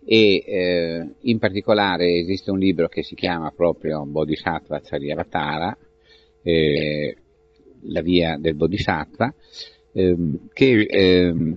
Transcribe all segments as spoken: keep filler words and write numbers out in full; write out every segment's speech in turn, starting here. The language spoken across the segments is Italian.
e eh, in particolare esiste un libro che si chiama proprio Bodhisattva Charyavatara, eh, la via del Bodhisattva, ehm, che ehm,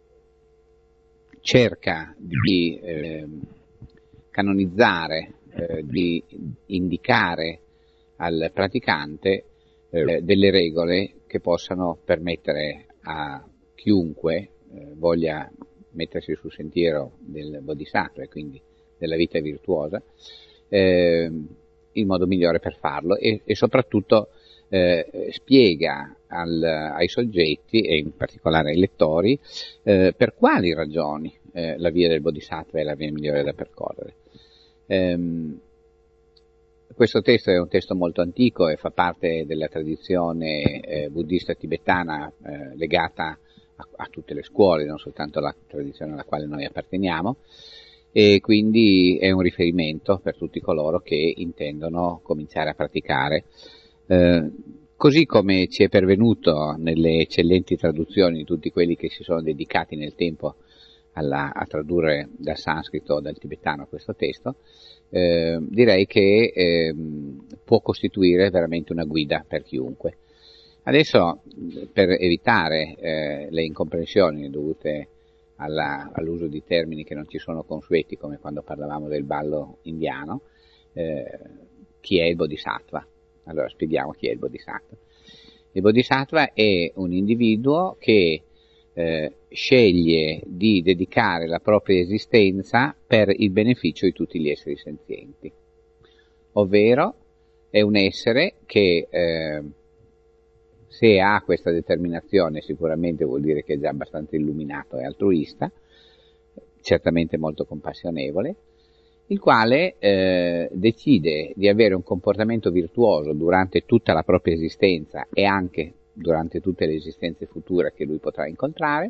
cerca di eh, canonizzare, eh, di indicare al praticante eh, delle regole che possano permettere a chiunque eh, voglia mettersi sul sentiero del Bodhisattva e quindi della vita virtuosa, eh, il modo migliore per farlo e, e soprattutto eh, spiega al, ai soggetti e in particolare ai lettori eh, per quali ragioni eh, la via del Bodhisattva è la via migliore da percorrere. Ehm, questo testo è un testo molto antico e fa parte della tradizione eh, buddista tibetana eh, legata a, a tutte le scuole, non soltanto alla tradizione alla quale noi apparteniamo, e quindi è un riferimento per tutti coloro che intendono cominciare a praticare. Eh, così come ci è pervenuto nelle eccellenti traduzioni di tutti quelli che si sono dedicati nel tempo alla, a tradurre dal sanscrito o dal tibetano questo testo, eh, direi che eh, può costituire veramente una guida per chiunque. Adesso, per evitare eh, le incomprensioni dovute alla, all'uso di termini che non ci sono consueti, come quando parlavamo del ballo indiano, eh, chi è il Bodhisattva? Allora spieghiamo chi è il Bodhisattva. Il Bodhisattva è un individuo che eh, sceglie di dedicare la propria esistenza per il beneficio di tutti gli esseri senzienti, ovvero è un essere che eh, se ha questa determinazione sicuramente vuol dire che è già abbastanza illuminato e altruista, certamente molto compassionevole, il quale eh, decide di avere un comportamento virtuoso durante tutta la propria esistenza e anche durante tutte le esistenze future che lui potrà incontrare,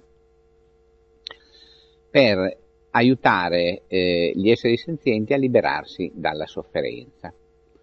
per aiutare eh, gli esseri senzienti a liberarsi dalla sofferenza.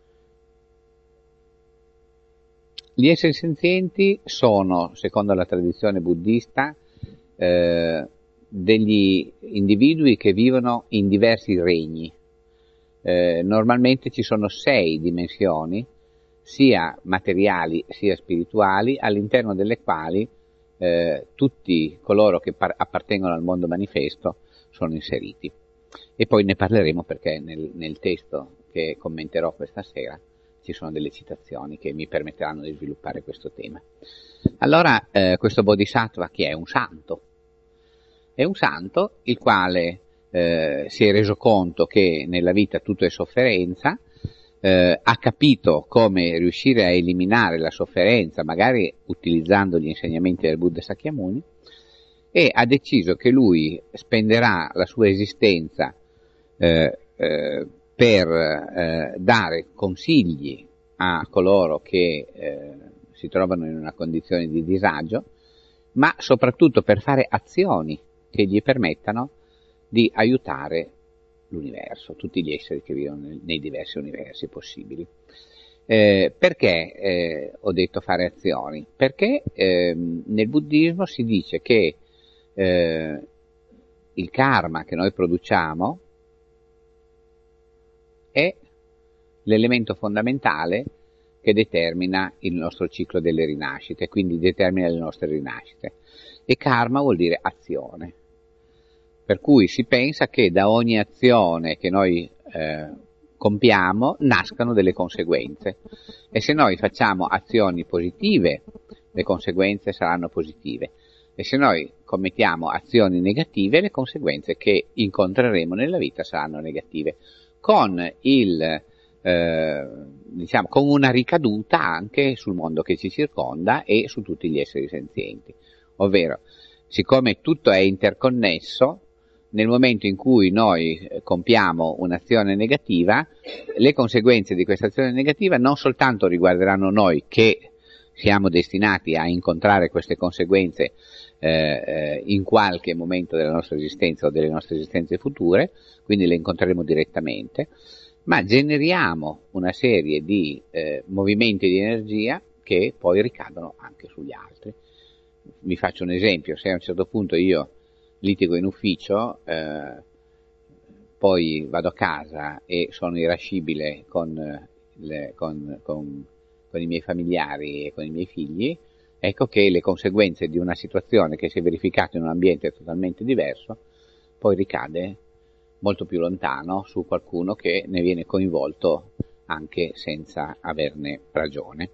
Gli esseri senzienti sono, secondo la tradizione buddista, eh, degli individui che vivono in diversi regni. Eh, normalmente ci sono sei dimensioni, sia materiali sia spirituali, all'interno delle quali eh, tutti coloro che par- appartengono al mondo manifesto sono inseriti. E poi ne parleremo perché nel, nel testo che commenterò questa sera ci sono delle citazioni che mi permetteranno di sviluppare questo tema. Allora, eh, questo Bodhisattva chi è? Un santo. È un santo il quale eh, si è reso conto che nella vita tutto è sofferenza, eh, ha capito come riuscire a eliminare la sofferenza, magari utilizzando gli insegnamenti del Buddha Sakyamuni, e ha deciso che lui spenderà la sua esistenza eh, eh, per eh, dare consigli a coloro che eh, si trovano in una condizione di disagio, ma soprattutto per fare azioni che gli permettano di aiutare l'universo, tutti gli esseri che vivono nel, nei diversi universi possibili. Eh, perché eh, ho detto fare azioni? Perché eh, nel buddismo si dice che eh, il karma che noi produciamo è l'elemento fondamentale che determina il nostro ciclo delle rinascite, quindi determina le nostre rinascite. E karma vuol dire azione. Per cui si pensa che da ogni azione che noi eh, compiamo nascano delle conseguenze. E se noi facciamo azioni positive, le conseguenze saranno positive. E se noi commettiamo azioni negative, le conseguenze che incontreremo nella vita saranno negative. Con il, eh, diciamo, con una ricaduta anche sul mondo che ci circonda e su tutti gli esseri senzienti. Ovvero, siccome tutto è interconnesso, nel momento in cui noi compiamo un'azione negativa, le conseguenze di questa azione negativa non soltanto riguarderanno noi che siamo destinati a incontrare queste conseguenze eh, in qualche momento della nostra esistenza o delle nostre esistenze future, quindi le incontreremo direttamente, ma generiamo una serie di eh, movimenti di energia che poi ricadono anche sugli altri. Vi faccio un esempio: se a un certo punto io litigo in ufficio, eh, poi vado a casa e sono irascibile con, le, con, con, con i miei familiari e con i miei figli, ecco che le conseguenze di una situazione che si è verificata in un ambiente totalmente diverso poi ricade molto più lontano su qualcuno che ne viene coinvolto anche senza averne ragione.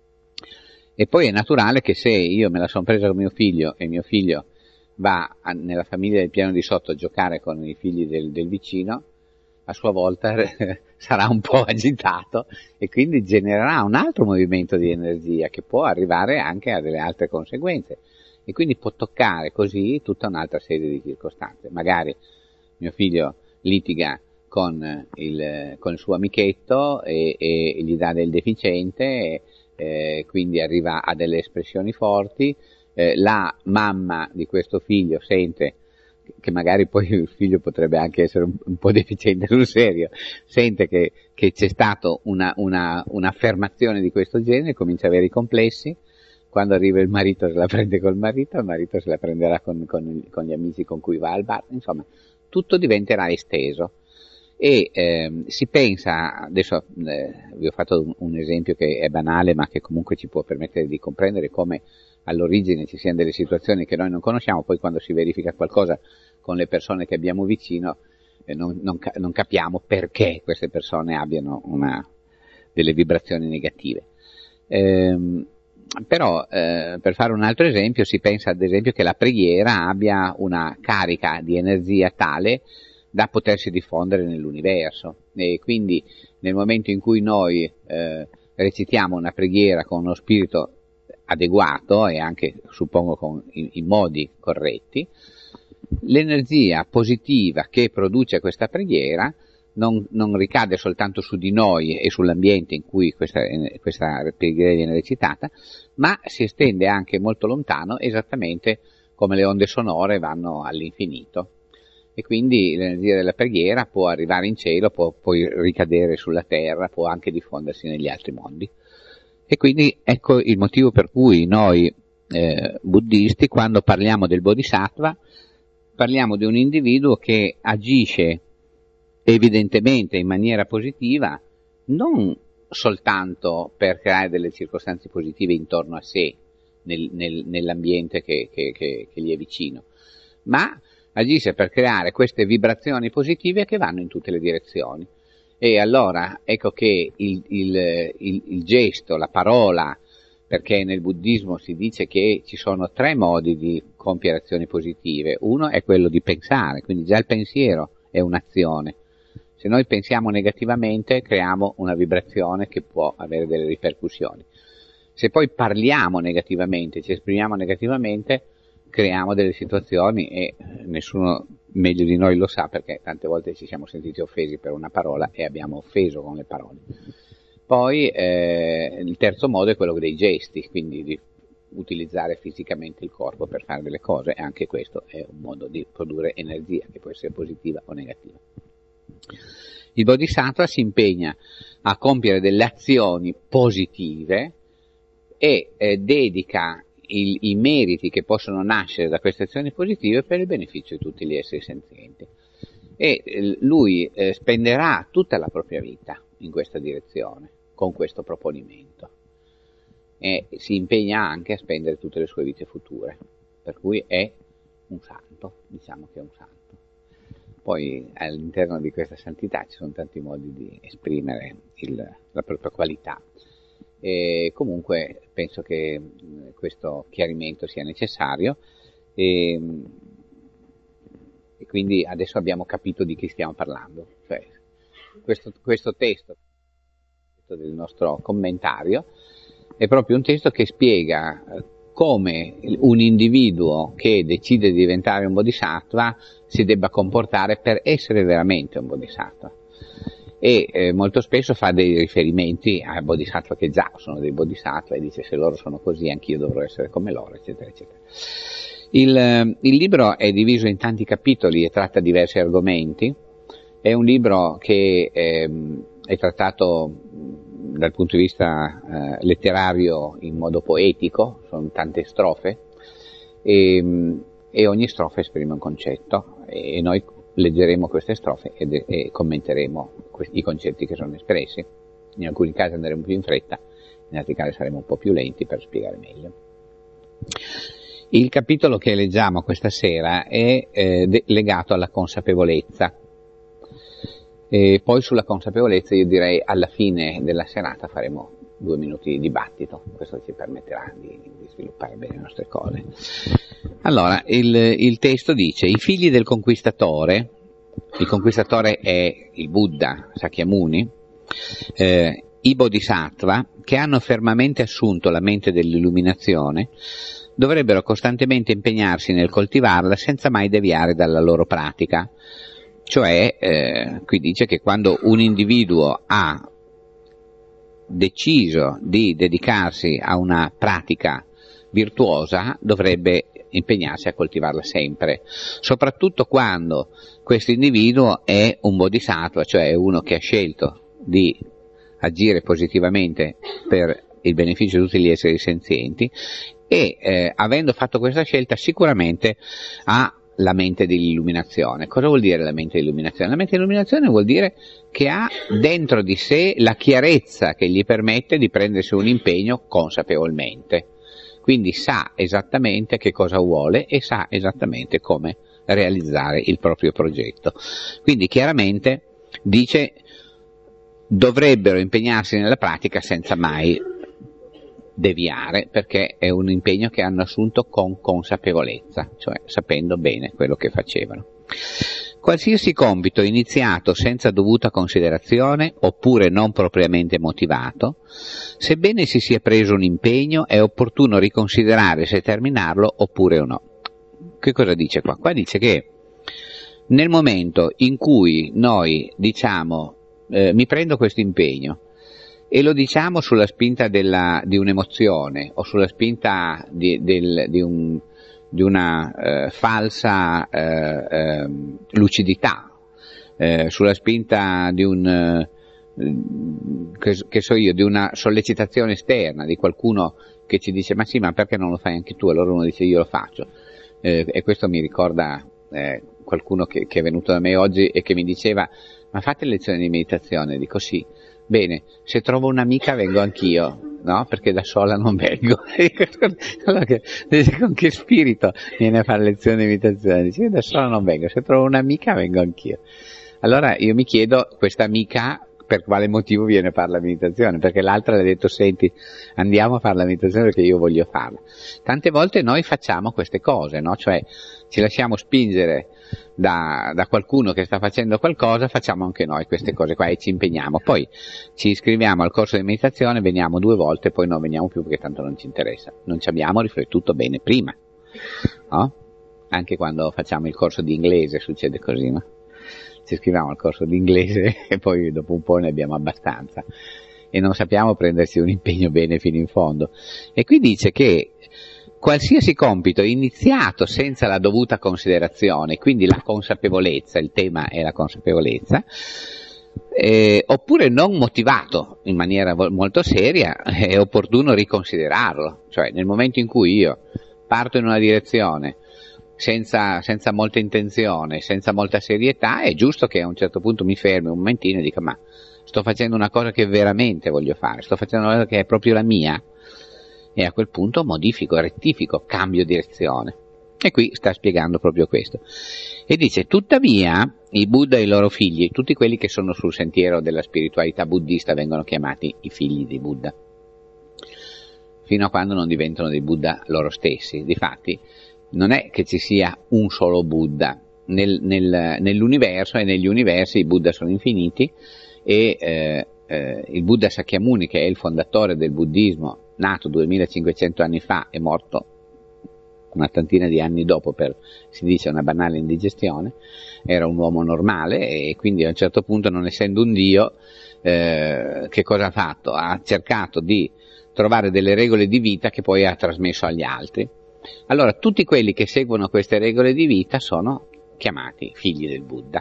E poi è naturale che se io me la sono presa con mio figlio e mio figlio va a, nella famiglia del piano di sotto a giocare con i figli del, del vicino, a sua volta sarà un po' agitato e quindi genererà un altro movimento di energia che può arrivare anche a delle altre conseguenze e quindi può toccare così tutta un'altra serie di circostanze. Magari mio figlio litiga con il, con il suo amichetto e, e gli dà del deficiente, e, eh, quindi arriva a delle espressioni forti. Eh, la mamma di questo figlio sente che magari poi il figlio potrebbe anche essere un, un po' deficiente sul serio, sente che, che c'è stato una, una, un'affermazione di questo genere, comincia a avere i complessi. Quando arriva il marito se la prende col marito, il marito se la prenderà con, con, con gli amici con cui va al bar, insomma tutto diventerà esteso. E eh, si pensa, adesso eh, vi ho fatto un, un esempio che è banale ma che comunque ci può permettere di comprendere come all'origine ci siano delle situazioni che noi non conosciamo, poi quando si verifica qualcosa con le persone che abbiamo vicino eh, non, non, non capiamo perché queste persone abbiano una, delle vibrazioni negative. Ehm, però eh, per fare un altro esempio si pensa ad esempio che la preghiera abbia una carica di energia tale da potersi diffondere nell'universo, e quindi nel momento in cui noi eh, recitiamo una preghiera con uno spirito adeguato e anche suppongo con i, i modi corretti, l'energia positiva che produce questa preghiera non, non ricade soltanto su di noi e sull'ambiente in cui questa, questa preghiera viene recitata, ma si estende anche molto lontano, esattamente come le onde sonore vanno all'infinito. E quindi l'energia della preghiera può arrivare in cielo, può poi ricadere sulla terra, può anche diffondersi negli altri mondi. E quindi ecco il motivo per cui noi eh, buddisti, quando parliamo del Bodhisattva, parliamo di un individuo che agisce evidentemente in maniera positiva, non soltanto per creare delle circostanze positive intorno a sé, nel, nel, nell'ambiente che, che, che, che gli è vicino, ma agisce per creare queste vibrazioni positive che vanno in tutte le direzioni. E allora ecco che il, il, il, il gesto, la parola, perché nel buddismo si dice che ci sono tre modi di compiere azioni positive. Uno è quello di pensare, quindi già il pensiero è un'azione. Se noi pensiamo negativamente creiamo una vibrazione che può avere delle ripercussioni. Se poi parliamo negativamente, ci esprimiamo negativamente, creiamo delle situazioni, e nessuno meglio di noi lo sa perché tante volte ci siamo sentiti offesi per una parola e abbiamo offeso con le parole. Poi eh, il terzo modo è quello dei gesti, quindi di utilizzare fisicamente il corpo per fare delle cose, e anche questo è un modo di produrre energia che può essere positiva o negativa. Il Bodhisattva si impegna a compiere delle azioni positive e eh, dedica Il, i meriti che possono nascere da queste azioni positive per il beneficio di tutti gli esseri senzienti, e eh, lui eh, spenderà tutta la propria vita in questa direzione con questo proponimento, e si impegna anche a spendere tutte le sue vite future, per cui è un santo, diciamo che è un santo. Poi all'interno di questa santità ci sono tanti modi di esprimere il, la propria qualità. E comunque penso che questo chiarimento sia necessario, e, e quindi adesso abbiamo capito di chi stiamo parlando. Cioè, questo, questo testo del nostro commentario è proprio un testo che spiega come un individuo che decide di diventare un bodhisattva si debba comportare per essere veramente un bodhisattva. E eh, molto spesso fa dei riferimenti a bodhisattva che già sono dei bodhisattva e dice: se loro sono così anch'io dovrò essere come loro, eccetera eccetera. Il, il libro è diviso in tanti capitoli e tratta diversi argomenti. È un libro che eh, è trattato dal punto di vista eh, letterario in modo poetico, sono tante strofe, e, e ogni strofa esprime un concetto, e noi leggeremo queste strofe e, e commenteremo i concetti che sono espressi. In alcuni casi andremo più in fretta, in altri casi saremo un po' più lenti per spiegare meglio. Il capitolo che leggiamo questa sera è eh, de- legato alla consapevolezza. E poi sulla consapevolezza io direi alla fine della serata faremo due minuti di dibattito, questo ci permetterà di, di sviluppare bene le nostre cose. Allora, il, il testo dice: i figli del conquistatore, il conquistatore è il Buddha Sakyamuni, eh, i bodhisattva, che hanno fermamente assunto la mente dell'illuminazione, dovrebbero costantemente impegnarsi nel coltivarla senza mai deviare dalla loro pratica. Cioè, eh, qui dice che quando un individuo ha deciso di dedicarsi a una pratica virtuosa, dovrebbe impegnarsi a coltivarla sempre, soprattutto quando questo individuo è un bodhisattva, cioè uno che ha scelto di agire positivamente per il beneficio di tutti gli esseri senzienti e eh, avendo fatto questa scelta sicuramente ha la mente dell'illuminazione. Cosa vuol dire la mente dell'illuminazione? La mente dell'illuminazione vuol dire che ha dentro di sé la chiarezza che gli permette di prendersi un impegno consapevolmente. Quindi sa esattamente che cosa vuole e sa esattamente come realizzare il proprio progetto. Quindi chiaramente dice dovrebbero impegnarsi nella pratica senza mai deviare, perché è un impegno che hanno assunto con consapevolezza, cioè sapendo bene quello che facevano. Qualsiasi compito iniziato senza dovuta considerazione oppure non propriamente motivato, sebbene si sia preso un impegno, è opportuno riconsiderare se terminarlo oppure o no. Che cosa dice qua? Qua dice che nel momento in cui noi diciamo eh, mi prendo questo impegno e lo diciamo sulla spinta della, di un'emozione o sulla spinta di, del, di, un, di una eh, falsa eh, eh, lucidità, eh, sulla spinta di un, eh, che, che so io, di una sollecitazione esterna, di qualcuno che ci dice ma sì, ma perché non lo fai anche tu? Allora uno dice io lo faccio. Eh, e questo mi ricorda eh, qualcuno che, che è venuto da me oggi e che mi diceva ma fate lezioni di meditazione? Dico sì. Bene, se trovo un'amica vengo anch'io, no? Perché da sola non vengo. Allora, con che spirito viene a fare lezioni di meditazione? Dice, da sola non vengo, se trovo un'amica vengo anch'io. Allora io mi chiedo, questa amica per quale motivo viene a fare la meditazione? Perché l'altra le ha detto, senti, andiamo a fare la meditazione perché io voglio farla. Tante volte noi facciamo queste cose, no? Cioè ci lasciamo spingere da, da qualcuno che sta facendo qualcosa, facciamo anche noi queste cose qua e ci impegniamo. Poi ci iscriviamo al corso di meditazione, veniamo due volte, poi non veniamo più perché tanto non ci interessa. Non ci abbiamo riflettuto bene prima, no? Anche quando facciamo il corso di inglese succede così, no? Ci iscriviamo al corso di inglese e poi dopo un po' ne abbiamo abbastanza e non sappiamo prendersi un impegno bene fino in fondo. E qui dice che qualsiasi compito iniziato senza la dovuta considerazione, quindi la consapevolezza, il tema è la consapevolezza, eh, oppure non motivato in maniera molto seria, è opportuno riconsiderarlo. Cioè nel momento in cui io parto in una direzione senza, senza molta intenzione, senza molta serietà, è giusto che a un certo punto mi fermi un momentino e dica ma sto facendo una cosa che veramente voglio fare, sto facendo una cosa che è proprio la mia, e a quel punto modifico, rettifico, cambio direzione. E qui sta spiegando proprio questo. E dice, tuttavia, i Buddha e i loro figli, tutti quelli che sono sul sentiero della spiritualità buddista vengono chiamati i figli di Buddha, fino a quando non diventano dei Buddha loro stessi. Difatti, non è che ci sia un solo Buddha. Nel, nel, nell'universo e negli universi i Buddha sono infiniti e eh, eh, il Buddha Sakyamuni, che è il fondatore del buddismo, nato duemilacinquecento anni fa e morto una tantina di anni dopo per, si dice, una banale indigestione, era un uomo normale e quindi a un certo punto, non essendo un dio, eh, che cosa ha fatto? Ha cercato di trovare delle regole di vita che poi ha trasmesso agli altri. Allora tutti quelli che seguono queste regole di vita sono chiamati figli del Buddha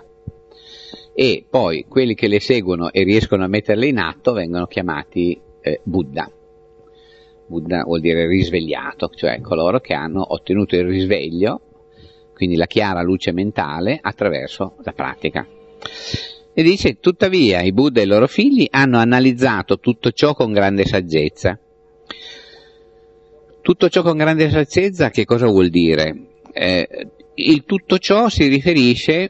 e poi quelli che le seguono e riescono a metterle in atto vengono chiamati eh, Buddha. Buddha vuol dire risvegliato, cioè coloro che hanno ottenuto il risveglio, quindi la chiara luce mentale, attraverso la pratica. E dice, tuttavia i Buddha e i loro figli hanno analizzato tutto ciò con grande saggezza. Tutto ciò con grande saggezza che cosa vuol dire? Eh, il tutto ciò si riferisce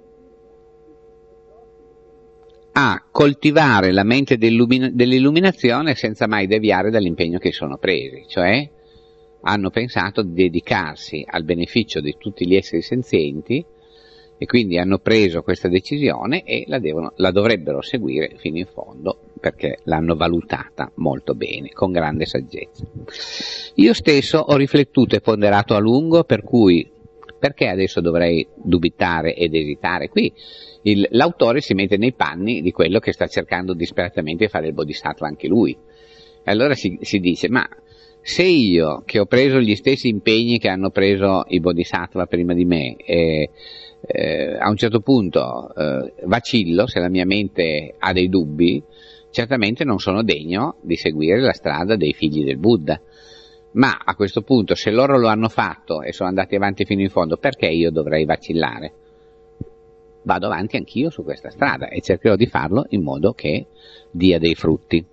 a coltivare la mente dell'illuminazione senza mai deviare dall'impegno che sono presi, cioè hanno pensato di dedicarsi al beneficio di tutti gli esseri senzienti e quindi hanno preso questa decisione e la, devono, la dovrebbero seguire fino in fondo perché l'hanno valutata molto bene, con grande saggezza. Io stesso ho riflettuto e ponderato a lungo, per cui perché adesso dovrei dubitare ed esitare? Qui il, l'autore si mette nei panni di quello che sta cercando disperatamente di fare il Bodhisattva anche lui. E allora si, si dice, ma se io che ho preso gli stessi impegni che hanno preso i Bodhisattva prima di me, eh, eh, a un certo punto eh, vacillo, se la mia mente ha dei dubbi, certamente non sono degno di seguire la strada dei figli del Buddha. Ma a questo punto, se loro lo hanno fatto e sono andati avanti fino in fondo, perché io dovrei vacillare? Vado avanti anch'io su questa strada e cercherò di farlo in modo che dia dei frutti.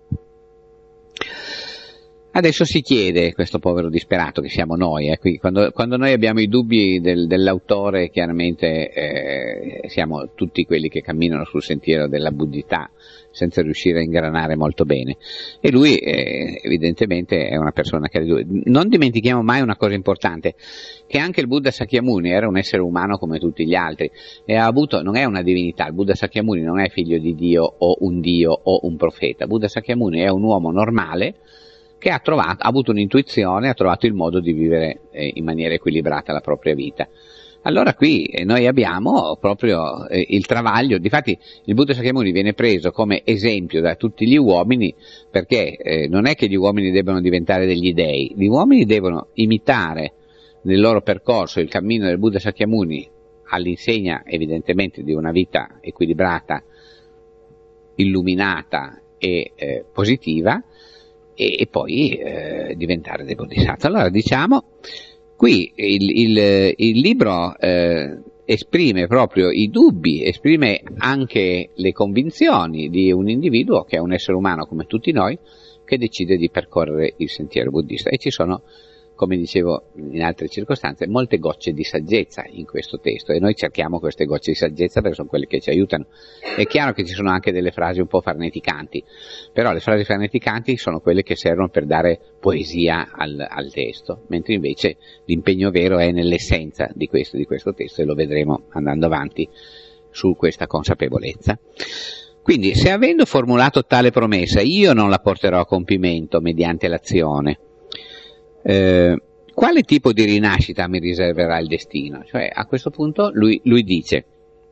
Adesso si chiede, questo povero disperato che siamo noi, eh, qui, quando, quando noi abbiamo i dubbi del, dell'autore, chiaramente eh, siamo tutti quelli che camminano sul sentiero della buddhità senza riuscire a ingranare molto bene. E lui eh, evidentemente è una persona che ha due. Non dimentichiamo mai una cosa importante, che anche il Buddha Sakyamuni era un essere umano come tutti gli altri e ha avuto, non è una divinità, il Buddha Sakyamuni non è figlio di Dio o un Dio o un profeta, Buddha Sakyamuni è un uomo normale che ha, trovato, ha avuto un'intuizione, ha trovato il modo di vivere eh, in maniera equilibrata la propria vita. Allora qui eh, noi abbiamo proprio eh, il travaglio, difatti il Buddha Sakyamuni viene preso come esempio da tutti gli uomini, perché eh, non è che gli uomini debbano diventare degli dei, gli uomini devono imitare nel loro percorso il cammino del Buddha Sakyamuni all'insegna evidentemente di una vita equilibrata, illuminata e eh, positiva, e poi eh, diventare dei bodhisattva. Allora diciamo, qui il, il, il libro eh, esprime proprio i dubbi, esprime anche le convinzioni di un individuo che è un essere umano come tutti noi, che decide di percorrere il sentiero buddista. E ci sono, come dicevo in altre circostanze, molte gocce di saggezza in questo testo e noi cerchiamo queste gocce di saggezza perché sono quelle che ci aiutano. È chiaro che ci sono anche delle frasi un po' farneticanti, però le frasi farneticanti sono quelle che servono per dare poesia al, al testo, mentre invece l'impegno vero è nell'essenza di questo, di questo testo e lo vedremo andando avanti su questa consapevolezza. Quindi, se avendo formulato tale promessa io non la porterò a compimento mediante l'azione, Eh, quale tipo di rinascita mi riserverà il destino? Cioè, a questo punto lui, lui dice,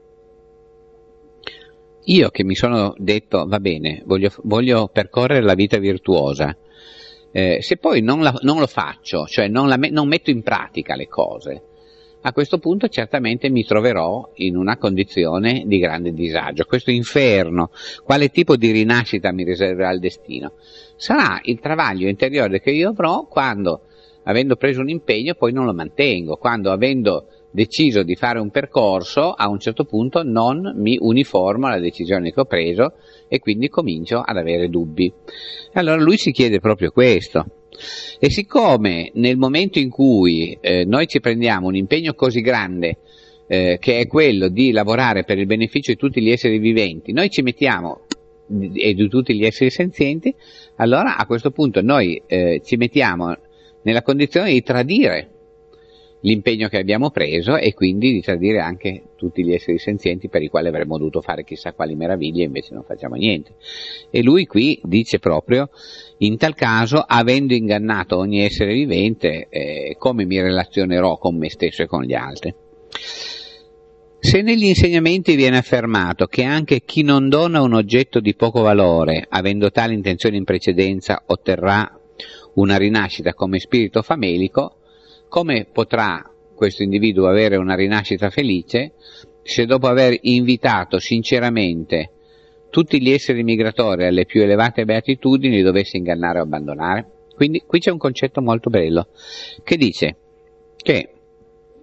io che mi sono detto, va bene, voglio, voglio percorrere la vita virtuosa, eh, se poi non, la, non lo faccio, cioè non, la, non metto in pratica le cose, a questo punto certamente mi troverò in una condizione di grande disagio. Questo inferno, quale tipo di rinascita mi riserverà il destino? Sarà il travaglio interiore che io avrò quando, avendo preso un impegno, poi non lo mantengo, quando avendo deciso di fare un percorso, a un certo punto non mi uniformo alla decisione che ho preso e quindi comincio ad avere dubbi. Allora lui si chiede proprio questo. E siccome nel momento in cui eh, noi ci prendiamo un impegno così grande, eh, che è quello di lavorare per il beneficio di tutti gli esseri viventi, noi ci mettiamo, e di tutti gli esseri senzienti, allora a questo punto noi eh, ci mettiamo nella condizione di tradire l'impegno che abbiamo preso e quindi di tradire anche tutti gli esseri senzienti per i quali avremmo dovuto fare chissà quali meraviglie, invece non facciamo niente. E lui qui dice proprio, in tal caso, avendo ingannato ogni essere vivente, eh, come mi relazionerò con me stesso e con gli altri? Se negli insegnamenti viene affermato che anche chi non dona un oggetto di poco valore, avendo tale intenzione in precedenza, otterrà una rinascita come spirito famelico, come potrà questo individuo avere una rinascita felice se dopo aver invitato sinceramente tutti gli esseri migratori alle più elevate beatitudini dovesse ingannare o abbandonare? Quindi qui c'è un concetto molto bello che dice che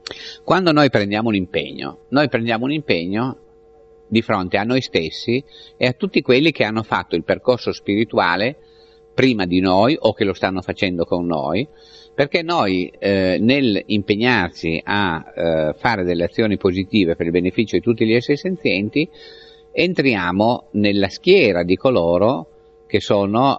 Quando noi prendiamo un impegno, noi prendiamo un impegno di fronte a noi stessi e a tutti quelli che hanno fatto il percorso spirituale prima di noi o che lo stanno facendo con noi, perché noi eh, nel impegnarci a eh, fare delle azioni positive per il beneficio di tutti gli esseri senzienti, entriamo nella schiera di coloro che sono,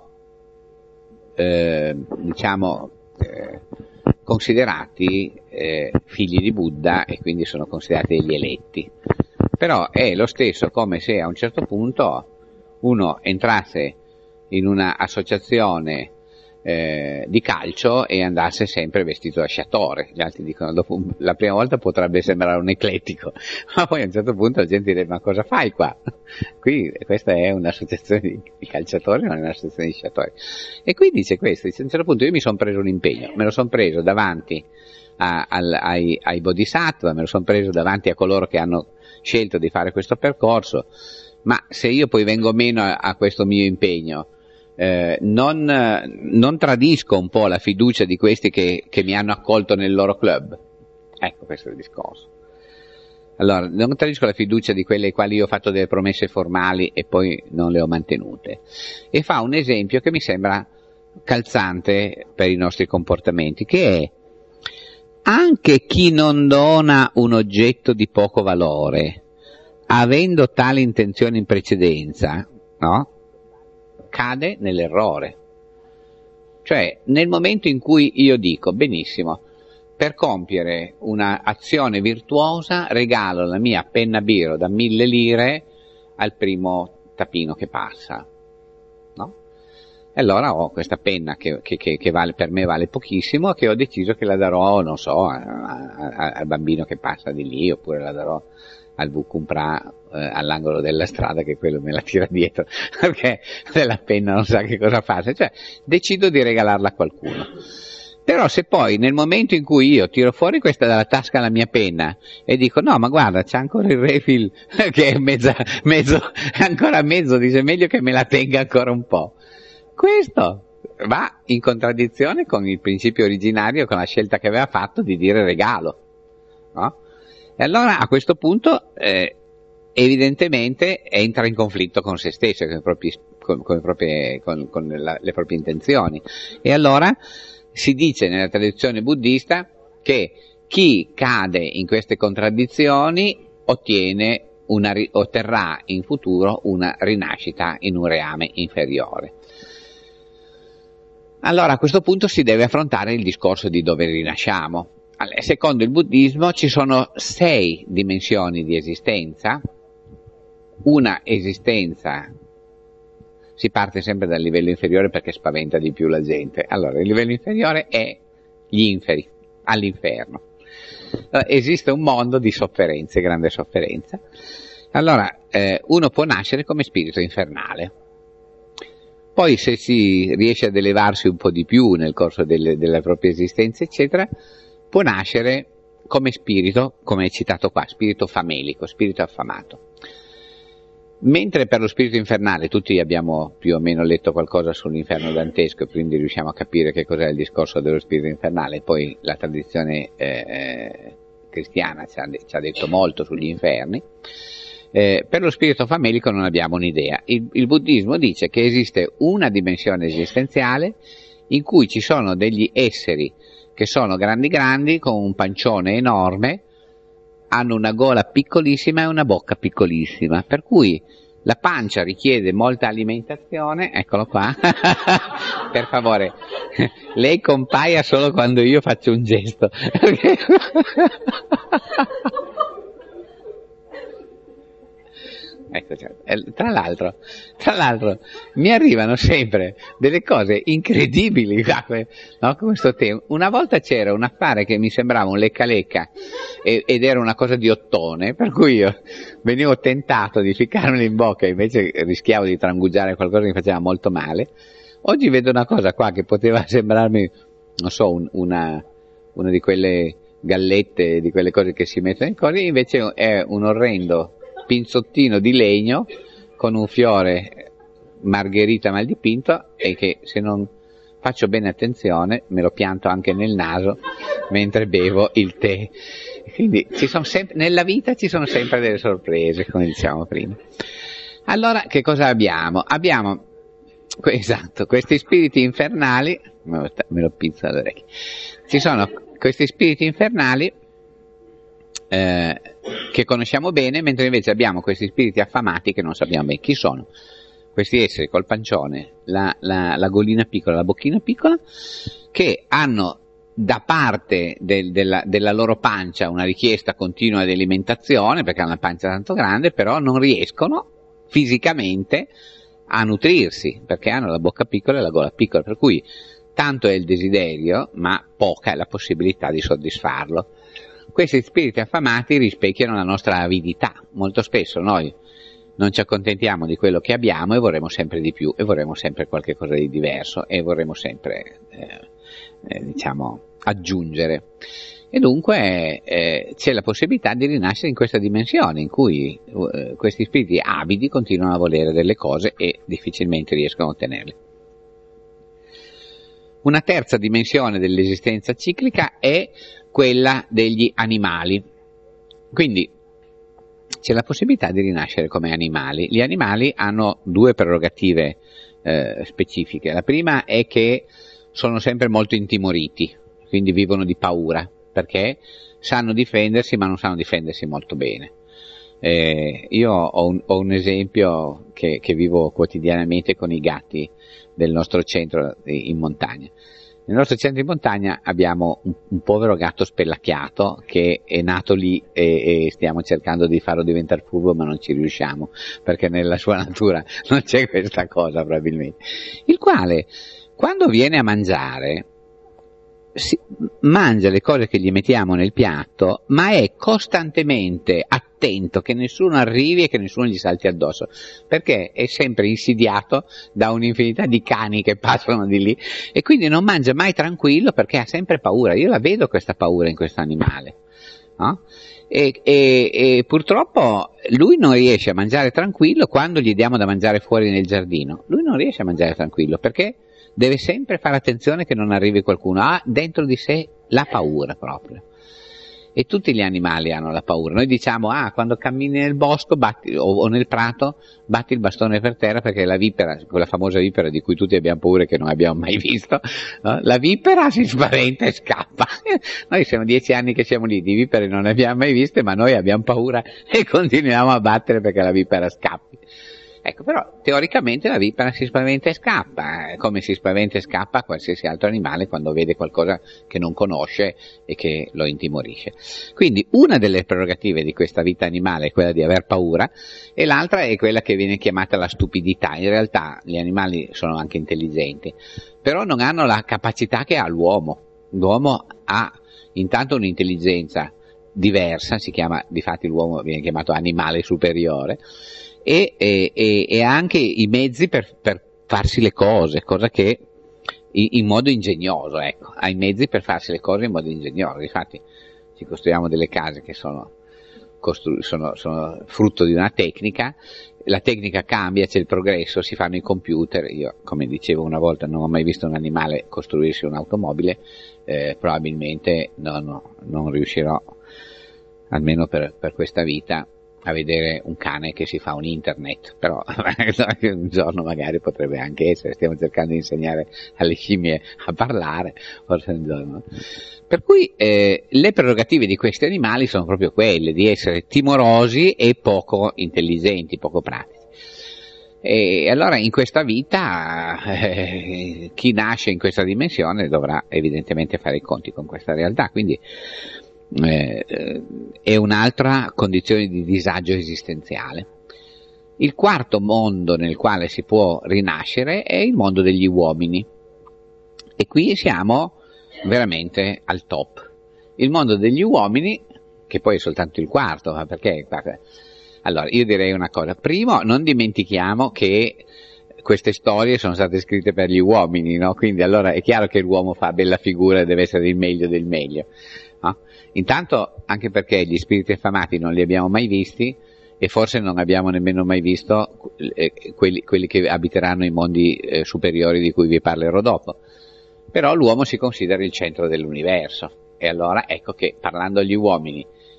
eh, diciamo, eh, considerati eh, figli di Buddha e quindi sono considerati degli eletti. Però è lo stesso come se a un certo punto uno entrasse in una associazione eh, di calcio e andasse sempre vestito da sciatore. Gli altri dicono, dopo la prima volta potrebbe sembrare un eclettico, ma poi a un certo punto la gente dice, ma cosa fai qua? Qui questa è un'associazione di, di calciatori, non è un'associazione di sciatori. E qui dice questo, dice, a un certo punto io mi sono preso un impegno, me lo sono preso davanti a, al, ai, ai bodhisattva, me lo sono preso davanti a coloro che hanno scelto di fare questo percorso, ma se io poi vengo meno a, a questo mio impegno, eh, non, non tradisco un po' la fiducia di questi che, che mi hanno accolto nel loro club? Ecco, questo è il discorso. Allora, non tradisco la fiducia di quelli ai quali io ho fatto delle promesse formali e poi non le ho mantenute. E fa un esempio che mi sembra calzante per i nostri comportamenti, che è: anche chi non dona un oggetto di poco valore, avendo tale intenzione in precedenza, no? Cade nell'errore. Cioè, nel momento in cui io dico, benissimo, per compiere un'azione virtuosa regalo la mia penna biro da mille lire al primo tapino che passa, no? E allora ho questa penna che, che, che, che vale, per me vale pochissimo, che ho deciso che la darò, non so, a, a, al bambino che passa di lì, oppure la darò al Vucumprà eh, all'angolo della strada, che quello me la tira dietro, perché della penna non sa che cosa fare. Cioè, decido di regalarla a qualcuno. Però se poi nel momento in cui io tiro fuori questa dalla tasca la mia penna e dico, no, ma guarda, c'è ancora il refill che è mezza, mezzo, ancora mezzo, dice, meglio che me la tenga ancora un po'. Questo va in contraddizione con il principio originario, con la scelta che aveva fatto di dire regalo, no? E allora a questo punto eh, evidentemente entra in conflitto con se stesso, con, i propri, con, con, i propri, con, con la, le proprie intenzioni. E allora si dice nella tradizione buddista che chi cade in queste contraddizioni ottiene una, otterrà in futuro una rinascita in un reame inferiore. Allora a questo punto si deve affrontare il discorso di dove rinasciamo. Secondo il buddismo ci sono sei dimensioni di esistenza. Una esistenza, si parte sempre dal livello inferiore perché spaventa di più la gente. Allora, il livello inferiore è gli inferi, all'inferno. Allora, esiste un mondo di sofferenze, grande sofferenza. Allora, eh, uno può nascere come spirito infernale. Poi se si riesce ad elevarsi un po' di più nel corso delle, della propria esistenza, eccetera, può nascere come spirito, come è citato qua, spirito famelico, spirito affamato. Mentre per lo spirito infernale tutti abbiamo più o meno letto qualcosa sull'inferno dantesco e quindi riusciamo a capire che cos'è il discorso dello spirito infernale, poi la tradizione eh, cristiana ci ha, ci ha detto molto sugli inferni, eh, per lo spirito famelico non abbiamo un'idea. Il, il buddismo dice che esiste una dimensione esistenziale in cui ci sono degli esseri che sono grandi grandi, con un pancione enorme, hanno una gola piccolissima e una bocca piccolissima, per cui la pancia richiede molta alimentazione. Eccolo qua. Per favore, lei compaia solo quando io faccio un gesto. Ecco, cioè, tra l'altro, tra l'altro mi arrivano sempre delle cose incredibili, no, con questo tema. Una volta c'era un affare che mi sembrava un lecca lecca e, ed era una cosa di ottone, per cui io venivo tentato di ficcarmelo in bocca e invece rischiavo di trangugiare qualcosa che mi faceva molto male. Oggi vedo una cosa qua che poteva sembrarmi, non so, un, una, una di quelle gallette, di quelle cose che si mettono in cose, invece è un orrendo pinzottino di legno con un fiore margherita mal dipinto, e che se non faccio bene attenzione me lo pianto anche nel naso mentre bevo il tè. Quindi ci sono sempre, nella vita ci sono sempre delle sorprese, come dicevamo prima. Allora, che cosa abbiamo? Abbiamo, esatto, questi spiriti infernali, me lo pizzo alle orecchie, ci sono questi spiriti infernali eh, che conosciamo bene, mentre invece abbiamo questi spiriti affamati che non sappiamo bene chi sono. Questi esseri col pancione, la, la, la golina piccola, la bocchina piccola, che hanno da parte del, della, della loro pancia una richiesta continua di alimentazione, perché hanno una pancia tanto grande, però non riescono fisicamente a nutrirsi, perché hanno la bocca piccola e la gola piccola, per cui tanto è il desiderio, ma poca è la possibilità di soddisfarlo. Questi spiriti affamati rispecchiano la nostra avidità. Molto spesso noi non ci accontentiamo di quello che abbiamo e vorremmo sempre di più, e vorremmo sempre qualche cosa di diverso, e vorremmo sempre, eh, eh, diciamo, aggiungere. E dunque eh, c'è la possibilità di rinascere in questa dimensione in cui eh, questi spiriti avidi continuano a volere delle cose e difficilmente riescono a ottenerle. Una terza dimensione dell'esistenza ciclica è quella degli animali. Quindi c'è la possibilità di rinascere come animali. Gli animali hanno due prerogative eh, specifiche. La prima è che sono sempre molto intimoriti, quindi vivono di paura, perché sanno difendersi ma non sanno difendersi molto bene. Eh, io ho un, ho un esempio che, che vivo quotidianamente con i gatti del nostro centro in montagna. Nel nostro centro in montagna abbiamo un, un povero gatto spellacchiato che è nato lì e, e stiamo cercando di farlo diventare furbo, ma non ci riusciamo, perché nella sua natura non c'è questa cosa probabilmente. Il quale, quando viene a mangiare, si mangia le cose che gli mettiamo nel piatto, ma è costantemente attento che nessuno arrivi e che nessuno gli salti addosso, perché è sempre insidiato da un'infinità di cani che passano di lì, e quindi non mangia mai tranquillo perché ha sempre paura. Io la vedo questa paura in questo animale, no? E, e, e purtroppo lui non riesce a mangiare tranquillo quando gli diamo da mangiare fuori nel giardino. Lui non riesce a mangiare tranquillo perché deve sempre fare attenzione che non arrivi qualcuno, ha dentro di sé la paura proprio. E tutti gli animali hanno la paura. Noi diciamo, ah, quando cammini nel bosco batti, o, o nel prato, batti il bastone per terra, perché la vipera, quella famosa vipera di cui tutti abbiamo paura e che non abbiamo mai visto, no? La vipera si spaventa e scappa. Noi siamo dieci anni che siamo lì, di vipere non ne abbiamo mai viste, ma noi abbiamo paura e continuiamo a battere perché la vipera scappi. Ecco, però teoricamente la vipera si spaventa e scappa, eh, come si spaventa e scappa qualsiasi altro animale quando vede qualcosa che non conosce e che lo intimorisce. Quindi una delle prerogative di questa vita animale è quella di aver paura, e l'altra è quella che viene chiamata la stupidità. In realtà gli animali sono anche intelligenti, però non hanno la capacità che ha l'uomo. L'uomo ha intanto un'intelligenza diversa, si chiama, difatti l'uomo viene chiamato animale superiore, E, e, e anche i mezzi per, per farsi le cose, cosa che in, in modo ingegnoso, ecco, ha i mezzi per farsi le cose in modo ingegnoso. Infatti ci costruiamo delle case che sono, costru- sono, sono frutto di una tecnica, la tecnica cambia, c'è il progresso, si fanno i computer. Io, come dicevo una volta, non ho mai visto un animale costruirsi un'automobile, eh, probabilmente non, non riuscirò, almeno per, per questa vita, a vedere un cane che si fa un internet, però un giorno magari potrebbe anche essere. Stiamo cercando di insegnare alle scimmie a parlare, forse un giorno. Per cui eh, le prerogative di questi animali sono proprio quelle di essere timorosi e poco intelligenti, poco pratici. E allora in questa vita eh, chi nasce in questa dimensione dovrà evidentemente fare i conti con questa realtà, quindi Eh, è un'altra condizione di disagio esistenziale. Il quarto mondo nel quale si può rinascere è il mondo degli uomini, e qui siamo veramente al top. Il mondo degli uomini, che poi è soltanto il quarto, ma perché? Allora, io direi una cosa. Primo, non dimentichiamo che queste storie sono state scritte per gli uomini, no? Quindi allora è chiaro che l'uomo fa bella figura e deve essere il meglio del meglio, no? Intanto anche perché gli spiriti affamati non li abbiamo mai visti, e forse non abbiamo nemmeno mai visto eh, quelli, quelli che abiteranno i mondi eh, superiori di cui vi parlerò dopo. Però l'uomo si considera il centro dell'universo, e allora ecco che parlando agli uomini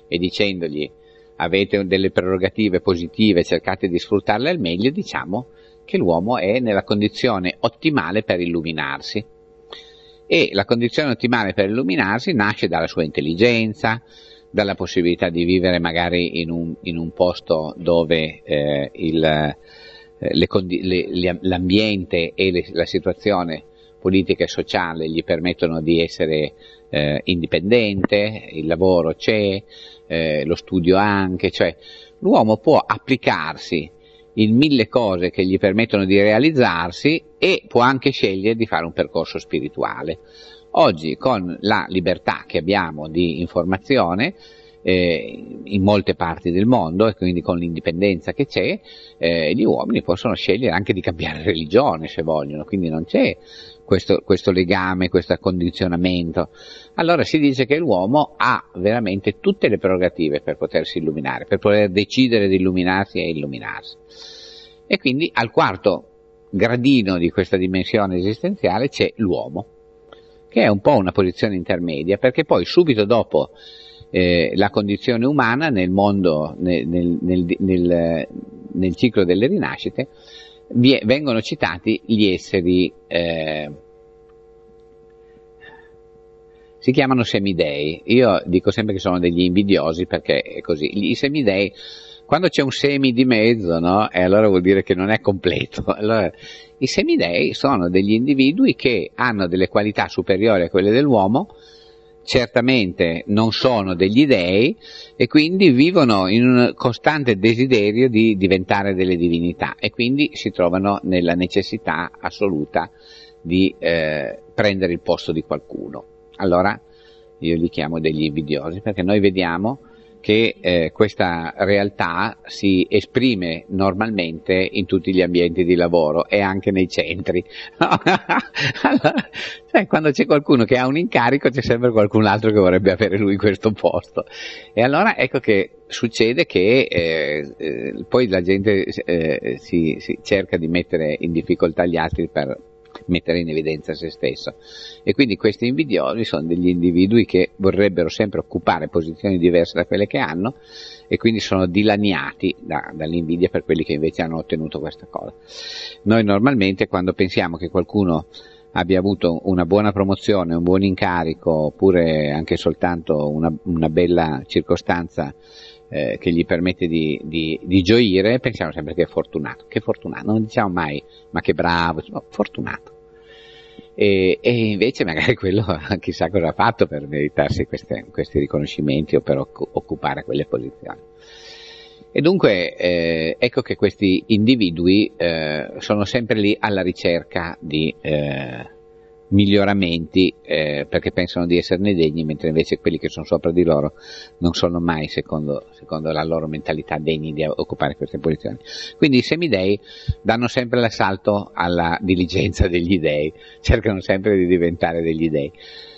e dicendogli avete delle prerogative positive, cercate di sfruttarle al meglio, diciamo che l'uomo è nella condizione ottimale per illuminarsi. E la condizione ottimale per illuminarsi nasce dalla sua intelligenza, dalla possibilità di vivere magari in un, in un posto dove eh, il, eh, le, le, l'ambiente e le, la situazione politica e sociale gli permettono di essere eh, indipendente, il lavoro c'è, eh, lo studio anche, cioè l'uomo può applicarsi in mille cose che gli permettono di realizzarsi e può anche scegliere di fare un percorso spirituale. Oggi con la libertà che abbiamo di informazione eh, in molte parti del mondo e quindi con l'indipendenza che c'è, eh, gli uomini possono scegliere anche di cambiare religione se vogliono, quindi non c'è questo, questo legame, questo condizionamento. Allora si dice che l'uomo ha veramente tutte le prerogative per potersi illuminare, per poter decidere di illuminarsi e illuminarsi. E quindi al quarto gradino di questa dimensione esistenziale c'è l'uomo, che è un po' una posizione intermedia, perché poi subito dopo eh, la condizione umana nel mondo, nel, nel, nel, nel, nel ciclo delle rinascite, vi, vengono citati gli esseri, eh, si chiamano semidei. Io dico sempre che sono degli invidiosi perché è così. I semidei, quando c'è un semi di mezzo, no? E allora vuol dire che non è completo. Allora, i semidei sono degli individui che hanno delle qualità superiori a quelle dell'uomo, certamente non sono degli dei e quindi vivono in un costante desiderio di diventare delle divinità e quindi si trovano nella necessità assoluta di eh, prendere il posto di qualcuno. Allora io li chiamo degli invidiosi perché noi vediamo che eh, questa realtà si esprime normalmente in tutti gli ambienti di lavoro e anche nei centri. Allora, cioè, quando c'è qualcuno che ha un incarico c'è sempre qualcun altro che vorrebbe avere lui questo posto. E allora ecco che succede che eh, eh, poi la gente eh, si, si cerca di mettere in difficoltà gli altri per mettere in evidenza se stesso, e quindi questi invidiosi sono degli individui che vorrebbero sempre occupare posizioni diverse da quelle che hanno e quindi sono dilaniati da, dall'invidia per quelli che invece hanno ottenuto questa cosa. Noi normalmente quando pensiamo che qualcuno abbia avuto una buona promozione, un buon incarico oppure anche soltanto una, una bella circostanza eh, che gli permette di, di, di gioire, pensiamo sempre che è fortunato, che fortunato, non diciamo mai ma che bravo, no, fortunato. E, e invece magari quello chissà cosa ha fatto per meritarsi queste, questi riconoscimenti o per occupare quelle posizioni. E dunque eh, ecco che questi individui eh, sono sempre lì alla ricerca di eh, miglioramenti eh, perché pensano di esserne degni, mentre invece quelli che sono sopra di loro non sono mai, secondo, secondo la loro mentalità, degni di occupare queste posizioni. Quindi i semidei danno sempre l'assalto alla diligenza degli dei, cercano sempre di diventare degli dei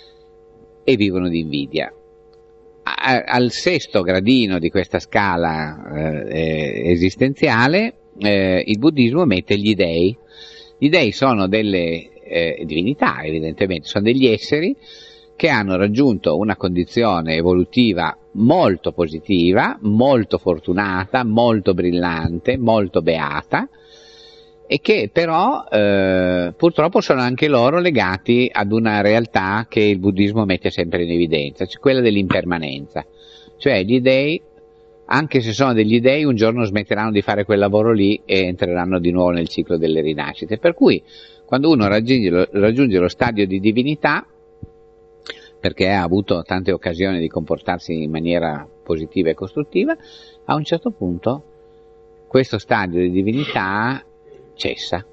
e vivono di invidia. A, al sesto gradino di questa scala eh, esistenziale eh, il buddismo mette gli dei. Gli dei sono delle Eh, divinità, evidentemente, sono degli esseri che hanno raggiunto una condizione evolutiva molto positiva, molto fortunata, molto brillante, molto beata e che però eh, purtroppo sono anche loro legati ad una realtà che il buddismo mette sempre in evidenza, cioè quella dell'impermanenza, cioè gli dei, anche se sono degli dei, un giorno smetteranno di fare quel lavoro lì e entreranno di nuovo nel ciclo delle rinascite, per cui quando uno raggiunge lo, raggiunge lo stadio di divinità, perché ha avuto tante occasioni di comportarsi in maniera positiva e costruttiva, a un certo punto questo stadio di divinità cessa.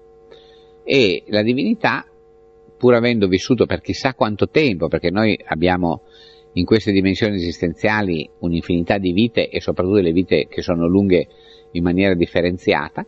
E la divinità, pur avendo vissuto per chissà quanto tempo, perché noi abbiamo in queste dimensioni esistenziali un'infinità di vite e soprattutto delle vite che sono lunghe in maniera differenziata,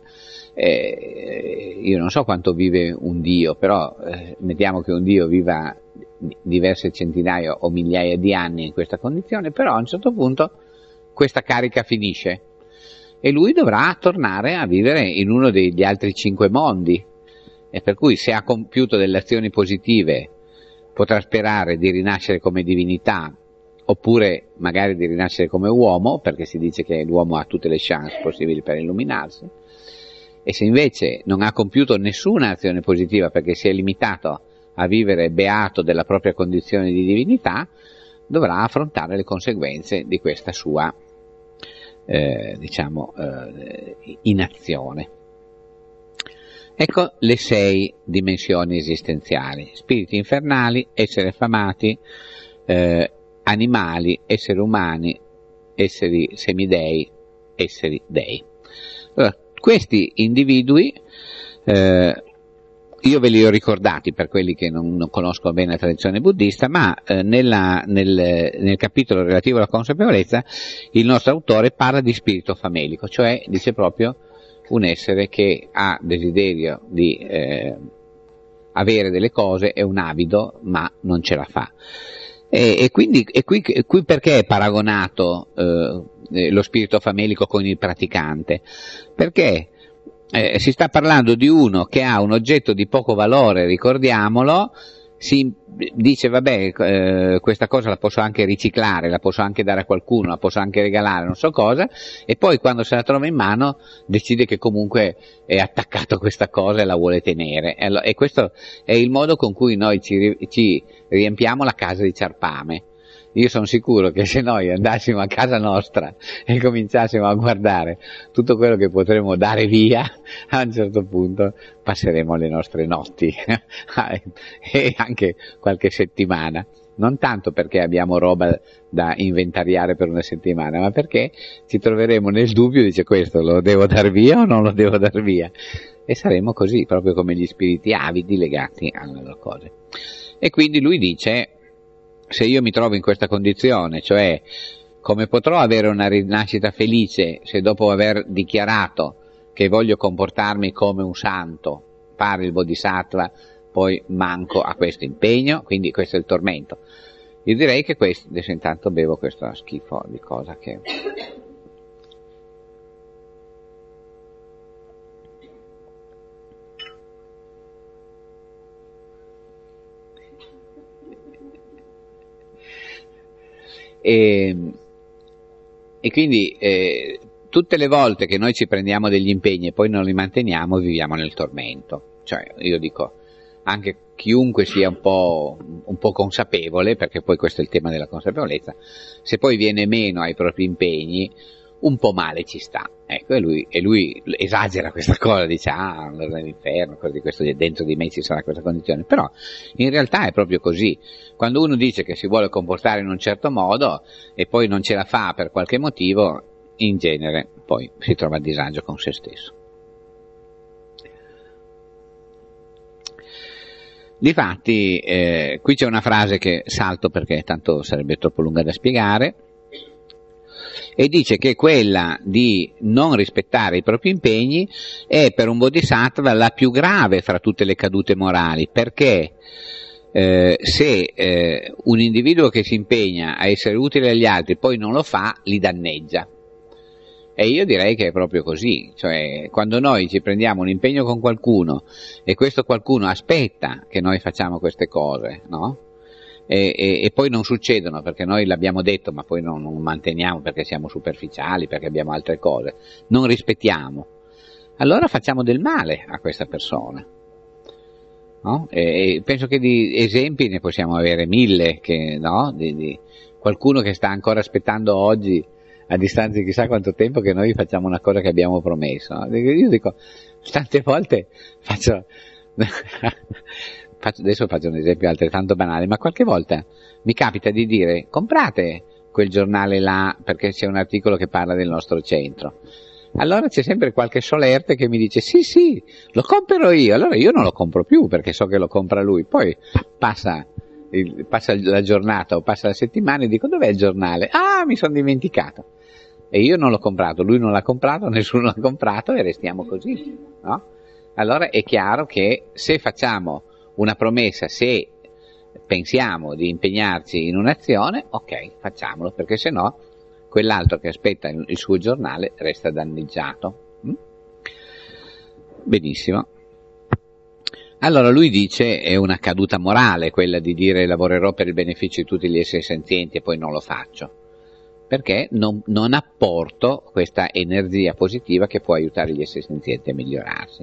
Eh, io non so quanto vive un Dio, però eh, mettiamo che un Dio viva diverse centinaia o migliaia di anni in questa condizione, però a un certo punto questa carica finisce e lui dovrà tornare a vivere in uno degli altri cinque mondi, e per cui se ha compiuto delle azioni positive potrà sperare di rinascere come divinità oppure magari di rinascere come uomo, perché si dice che l'uomo ha tutte le chance possibili per illuminarsi, e se invece non ha compiuto nessuna azione positiva perché si è limitato a vivere beato della propria condizione di divinità, dovrà affrontare le conseguenze di questa sua, eh, diciamo, eh, inazione. Ecco le sei dimensioni esistenziali: spiriti infernali, esseri affamati, eh, animali, esseri umani, esseri semidei, esseri dei. Allora, questi individui, eh, io ve li ho ricordati per quelli che non, non conoscono bene la tradizione buddista, ma eh, nella, nel, nel capitolo relativo alla consapevolezza il nostro autore parla di spirito famelico, cioè dice proprio un essere che ha desiderio di eh, avere delle cose, è un avido ma non ce la fa. E, e quindi e qui, qui perché è paragonato eh, lo spirito famelico con il praticante? Perché eh, si sta parlando di uno che ha un oggetto di poco valore, ricordiamolo, si dice vabbè eh, questa cosa la posso anche riciclare, la posso anche dare a qualcuno, la posso anche regalare, non so cosa, e poi quando se la trova in mano decide che comunque è attaccato a questa cosa e la vuole tenere, e, e questo è il modo con cui noi ci, ci riempiamo la casa di ciarpame. Io sono sicuro che se noi andassimo a casa nostra e cominciassimo a guardare tutto quello che potremmo dare via, a un certo punto passeremo le nostre notti e anche qualche settimana. Non tanto perché abbiamo roba da inventariare per una settimana, ma perché ci troveremo nel dubbio, dice questo lo devo dar via o non lo devo dar via? E saremo così, proprio come gli spiriti avidi legati alle loro cose. E quindi lui dice: se io mi trovo in questa condizione, cioè come potrò avere una rinascita felice se dopo aver dichiarato che voglio comportarmi come un santo, pare il Bodhisattva, poi manco a questo impegno? Quindi questo è il tormento. Io direi che questo, adesso intanto bevo questo schifo di cosa che... E, e quindi eh, tutte le volte che noi ci prendiamo degli impegni e poi non li manteniamo, viviamo nel tormento. Cioè, io dico, anche chiunque sia un po', un po' consapevole, perché poi questo è il tema della consapevolezza, se poi viene meno ai propri impegni, un po' male ci sta. Ecco, e lui, e lui esagera questa cosa, dice, ah, nell'inferno, così, questo dentro di me ci sarà questa condizione, però in realtà è proprio così. Quando uno dice che si vuole comportare in un certo modo e poi non ce la fa per qualche motivo, in genere poi si trova a disagio con se stesso. Difatti, eh, qui c'è una frase che salto perché tanto sarebbe troppo lunga da spiegare, e dice che quella di non rispettare i propri impegni è per un bodhisattva la più grave fra tutte le cadute morali, perché eh, se eh, un individuo che si impegna a essere utile agli altri poi non lo fa, li danneggia. E io direi che è proprio così, cioè quando noi ci prendiamo un impegno con qualcuno e questo qualcuno aspetta che noi facciamo queste cose, no? E, e, e poi non succedono perché noi l'abbiamo detto ma poi non, non manteniamo perché siamo superficiali, perché abbiamo altre cose, non rispettiamo, allora facciamo del male a questa persona, no? E, e penso che di esempi ne possiamo avere mille, che, no? di, di qualcuno che sta ancora aspettando oggi, a distanza di chissà quanto tempo, che noi facciamo una cosa che abbiamo promesso, no? Io dico, tante volte faccio adesso faccio un esempio altrettanto banale, ma qualche volta mi capita di dire comprate quel giornale là perché c'è un articolo che parla del nostro centro. Allora c'è sempre qualche solerte che mi dice sì sì, lo compro io, allora io non lo compro più perché so che lo compra lui, poi passa, il, passa la giornata o passa la settimana e dico dov'è il giornale? Ah, mi sono dimenticato. E io non l'ho comprato, lui non l'ha comprato, nessuno l'ha comprato e restiamo così, no? Allora è chiaro che se facciamo una promessa, se pensiamo di impegnarci in un'azione, ok, facciamolo, perché se no quell'altro che aspetta il suo giornale resta danneggiato. Mm? Benissimo. Allora lui dice è una caduta morale quella di dire lavorerò per il beneficio di tutti gli esseri senzienti e poi non lo faccio, perché non, non apporto questa energia positiva che può aiutare gli esseri senzienti a migliorarsi.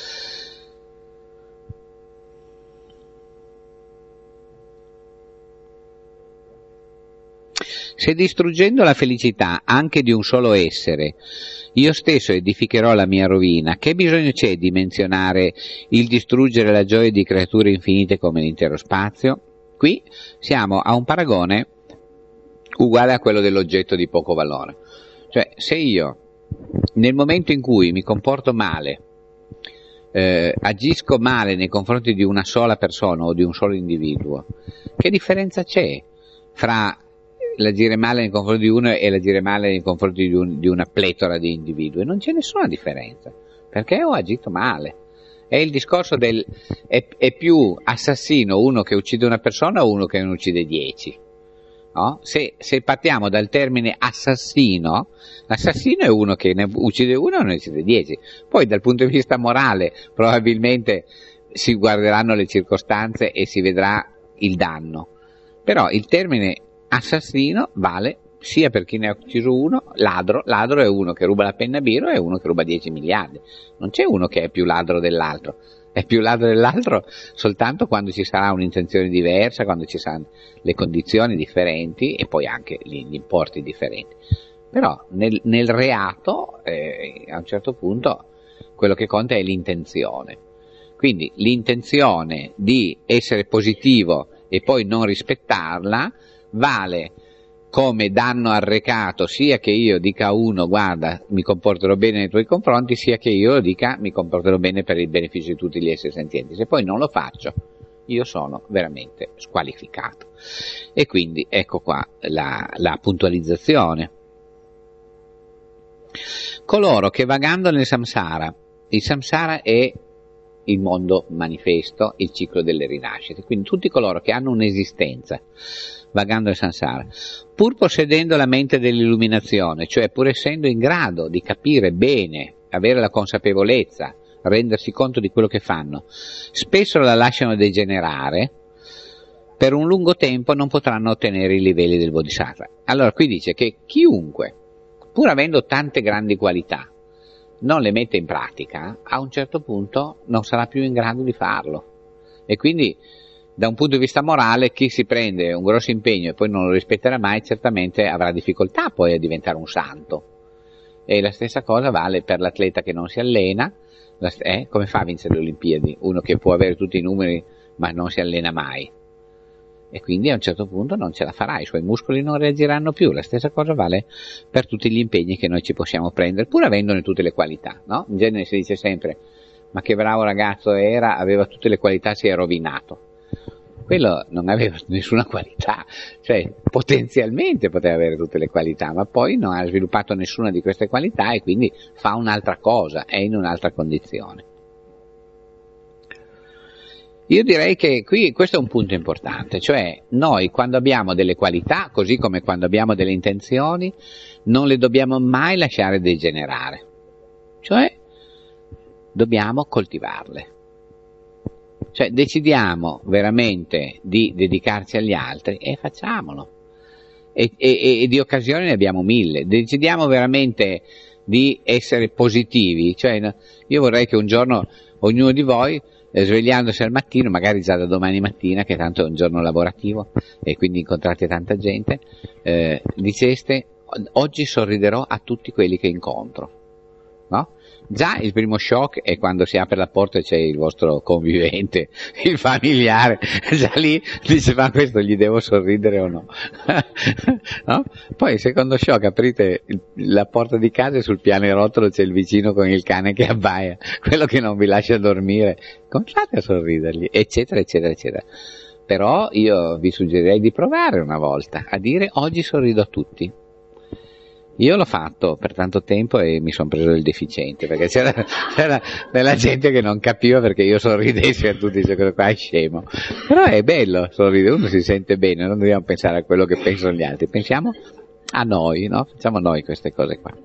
Se distruggendo la felicità anche di un solo essere, io stesso edificherò la mia rovina, che bisogno c'è di menzionare il distruggere la gioia di creature infinite come l'intero spazio? Qui siamo a un paragone uguale a quello dell'oggetto di poco valore. Cioè, se io, nel momento in cui mi comporto male, eh, agisco male nei confronti di una sola persona o di un solo individuo, che differenza c'è fra l'agire male nei confronti di uno e l'agire male nei confronti di, un, di una pletora di individui? Non c'è nessuna differenza, perché ho agito male. È il discorso del è, è più assassino uno che uccide una persona o uno che ne uccide dieci, no? Se, se partiamo dal termine assassino, l'assassino è uno che ne uccide uno o ne uccide dieci. Poi dal punto di vista morale probabilmente si guarderanno le circostanze e si vedrà il danno, però il termine assassino vale sia per chi ne ha ucciso uno. Ladro, ladro è uno che ruba la penna biro e uno che ruba dieci miliardi. Non c'è uno che è più ladro dell'altro, è più ladro dell'altro soltanto quando ci sarà un'intenzione diversa, quando ci saranno le condizioni differenti e poi anche gli, gli importi differenti. Però nel, nel reato eh, a un certo punto quello che conta è l'intenzione. Quindi l'intenzione di essere positivo e poi non rispettarla vale come danno arrecato, sia che io dica a uno guarda mi comporterò bene nei tuoi confronti, sia che io dica mi comporterò bene per il beneficio di tutti gli esseri senzienti. Se poi non lo faccio io sono veramente squalificato. E quindi ecco qua la, la puntualizzazione. Coloro che vagando nel samsara, il samsara è il mondo manifesto, il ciclo delle rinascite, quindi tutti coloro che hanno un'esistenza vagando nel samsara, pur possedendo la mente dell'illuminazione, cioè pur essendo in grado di capire bene, avere la consapevolezza, rendersi conto di quello che fanno, spesso la lasciano degenerare, per un lungo tempo non potranno ottenere i livelli del Bodhisattva. Allora qui dice che chiunque, pur avendo tante grandi qualità, non le mette in pratica, a un certo punto non sarà più in grado di farlo. E quindi da un punto di vista morale chi si prende un grosso impegno e poi non lo rispetterà mai certamente avrà difficoltà poi a diventare un santo. E la stessa cosa vale per l'atleta che non si allena. Eh, come fa a vincere le Olimpiadi? Uno che può avere tutti i numeri ma non si allena mai. E quindi a un certo punto non ce la farà, i suoi muscoli non reagiranno più. La stessa cosa vale per tutti gli impegni che noi ci possiamo prendere, pur avendone tutte le qualità, no? In genere si dice sempre, ma che bravo ragazzo era, aveva tutte le qualità, si è rovinato. Quello non aveva nessuna qualità, cioè potenzialmente poteva avere tutte le qualità, ma poi non ha sviluppato nessuna di queste qualità e quindi fa un'altra cosa, è in un'altra condizione. Io direi che qui questo è un punto importante, cioè noi quando abbiamo delle qualità, così come quando abbiamo delle intenzioni, non le dobbiamo mai lasciare degenerare, cioè dobbiamo coltivarle. Cioè decidiamo veramente di dedicarci agli altri e facciamolo. E, e, e di occasioni ne abbiamo mille. Decidiamo veramente di essere positivi, cioè io vorrei che un giorno ognuno di voi, eh, svegliandosi al mattino, magari già da domani mattina, che tanto è un giorno lavorativo e quindi incontrate tanta gente, eh, diceste oggi sorriderò a tutti quelli che incontro, no? Già il primo shock è quando si apre la porta e c'è il vostro convivente, il familiare, già lì dice ma questo gli devo sorridere o no? No? Poi il secondo shock, aprite la porta di casa e sul pianerottolo c'è il vicino con il cane che abbaia, quello che non vi lascia dormire, come fate a sorridergli? Eccetera, eccetera, eccetera. Però io vi suggerirei di provare una volta a dire oggi sorrido a tutti. Io l'ho fatto per tanto tempo e mi sono preso il deficiente, perché c'era, c'era della gente che non capiva perché io sorridessi a tutti, dice quello qua è scemo. Però è bello sorridere, uno si sente bene, non dobbiamo pensare a quello che pensano gli altri, pensiamo a noi, no? Facciamo noi queste cose qua.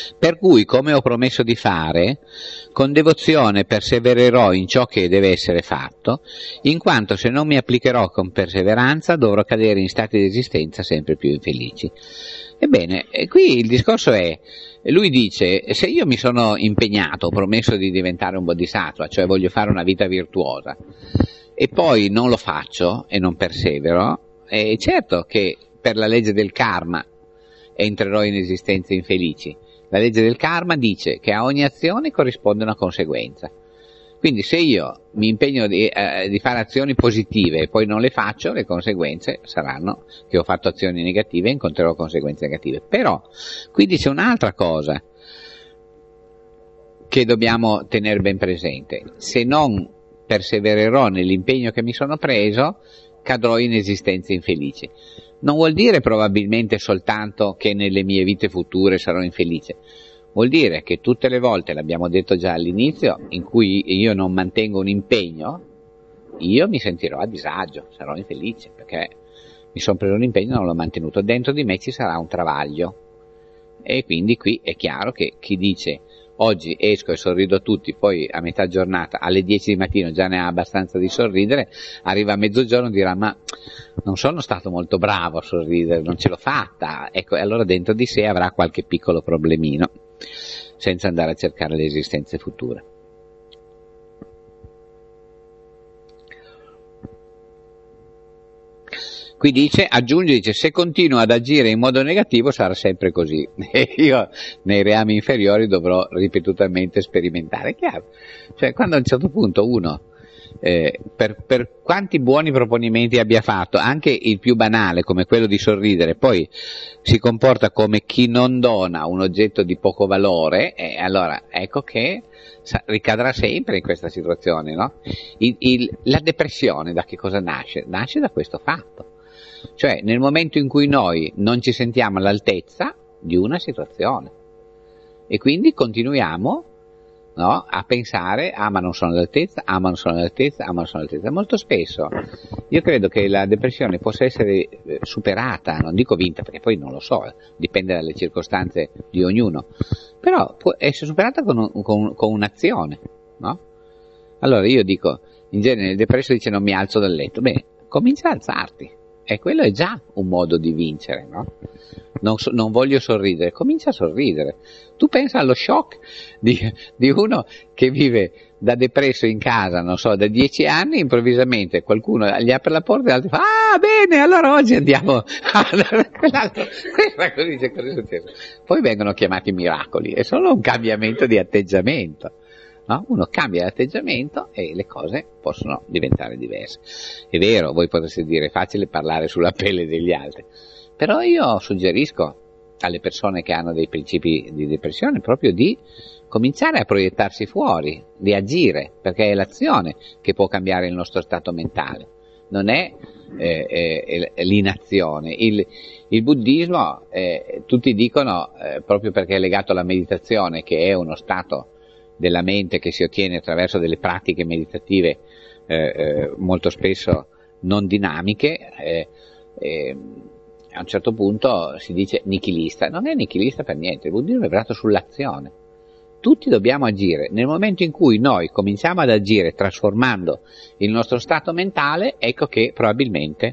Per cui, come ho promesso di fare, con devozione persevererò in ciò che deve essere fatto, in quanto se non mi applicherò con perseveranza dovrò cadere in stati di esistenza sempre più infelici. Ebbene, qui il discorso è, lui dice, se io mi sono impegnato, ho promesso di diventare un bodhisattva, cioè voglio fare una vita virtuosa, e poi non lo faccio e non persevero, è certo che per la legge del karma entrerò in esistenze infelici. La legge del karma dice che a ogni azione corrisponde una conseguenza. Quindi se io mi impegno di, eh, di fare azioni positive e poi non le faccio, le conseguenze saranno che ho fatto azioni negative e incontrerò conseguenze negative. Però qui dice un'altra cosa che dobbiamo tenere ben presente: se non persevererò nell'impegno che mi sono preso, cadrò in esistenze infelici. Non vuol dire probabilmente soltanto che nelle mie vite future sarò infelice, vuol dire che tutte le volte, l'abbiamo detto già all'inizio, in cui io non mantengo un impegno, io mi sentirò a disagio, sarò infelice, perché mi sono preso un impegno e non l'ho mantenuto. Dentro di me ci sarà un travaglio, e quindi qui è chiaro che chi dice oggi esco e sorrido a tutti, poi a metà giornata, alle dieci di mattino già ne ha abbastanza di sorridere, arriva a mezzogiorno e dirà ma non sono stato molto bravo a sorridere, non ce l'ho fatta, ecco, e allora dentro di sé avrà qualche piccolo problemino, senza andare a cercare le esistenze future. Qui dice, aggiunge, dice, se continuo ad agire in modo negativo sarà sempre così, e io nei reami inferiori dovrò ripetutamente sperimentare. È chiaro, cioè quando a un certo punto uno, eh, per, per quanti buoni proponimenti abbia fatto, anche il più banale come quello di sorridere, poi si comporta come chi non dona un oggetto di poco valore, e allora ecco che ricadrà sempre in questa situazione, no? Il, il, la depressione da che cosa nasce? Nasce da questo fatto. Cioè nel momento in cui noi non ci sentiamo all'altezza di una situazione e quindi continuiamo, no, a pensare ah ma non sono all'altezza, ah ma non sono all'altezza, ah ma non sono all'altezza. Molto spesso io credo che la depressione possa essere superata, non dico vinta perché poi non lo so, dipende dalle circostanze di ognuno, però può essere superata con, un, con, con un'azione, no? Allora io dico, in genere il depresso dice non mi alzo dal letto, beh, comincia ad alzarti. E quello è già un modo di vincere, no? Non, so, non voglio sorridere, comincia a sorridere. Tu pensa allo shock di, di uno che vive da depresso in casa, non so, da dieci anni, improvvisamente qualcuno gli apre la porta e l'altro fa, ah bene, allora oggi andiamo. Quell'altro, quell'altro dice cosa è successo. Poi vengono chiamati miracoli, è solo un cambiamento di atteggiamento. No? Uno cambia l'atteggiamento e le cose possono diventare diverse. È vero, voi potreste dire è facile parlare sulla pelle degli altri, però io suggerisco alle persone che hanno dei principi di depressione proprio di cominciare a proiettarsi fuori, di agire, perché è l'azione che può cambiare il nostro stato mentale, non è, eh, eh, è l'inazione. Il, il buddismo, eh, tutti dicono, eh, proprio perché è legato alla meditazione, che è uno stato della mente che si ottiene attraverso delle pratiche meditative eh, eh, molto spesso non dinamiche, eh, eh, a un certo punto si dice nichilista. Non è nichilista per niente, il buddismo è basato sull'azione. Tutti dobbiamo agire. Nel momento in cui noi cominciamo ad agire trasformando il nostro stato mentale, ecco che probabilmente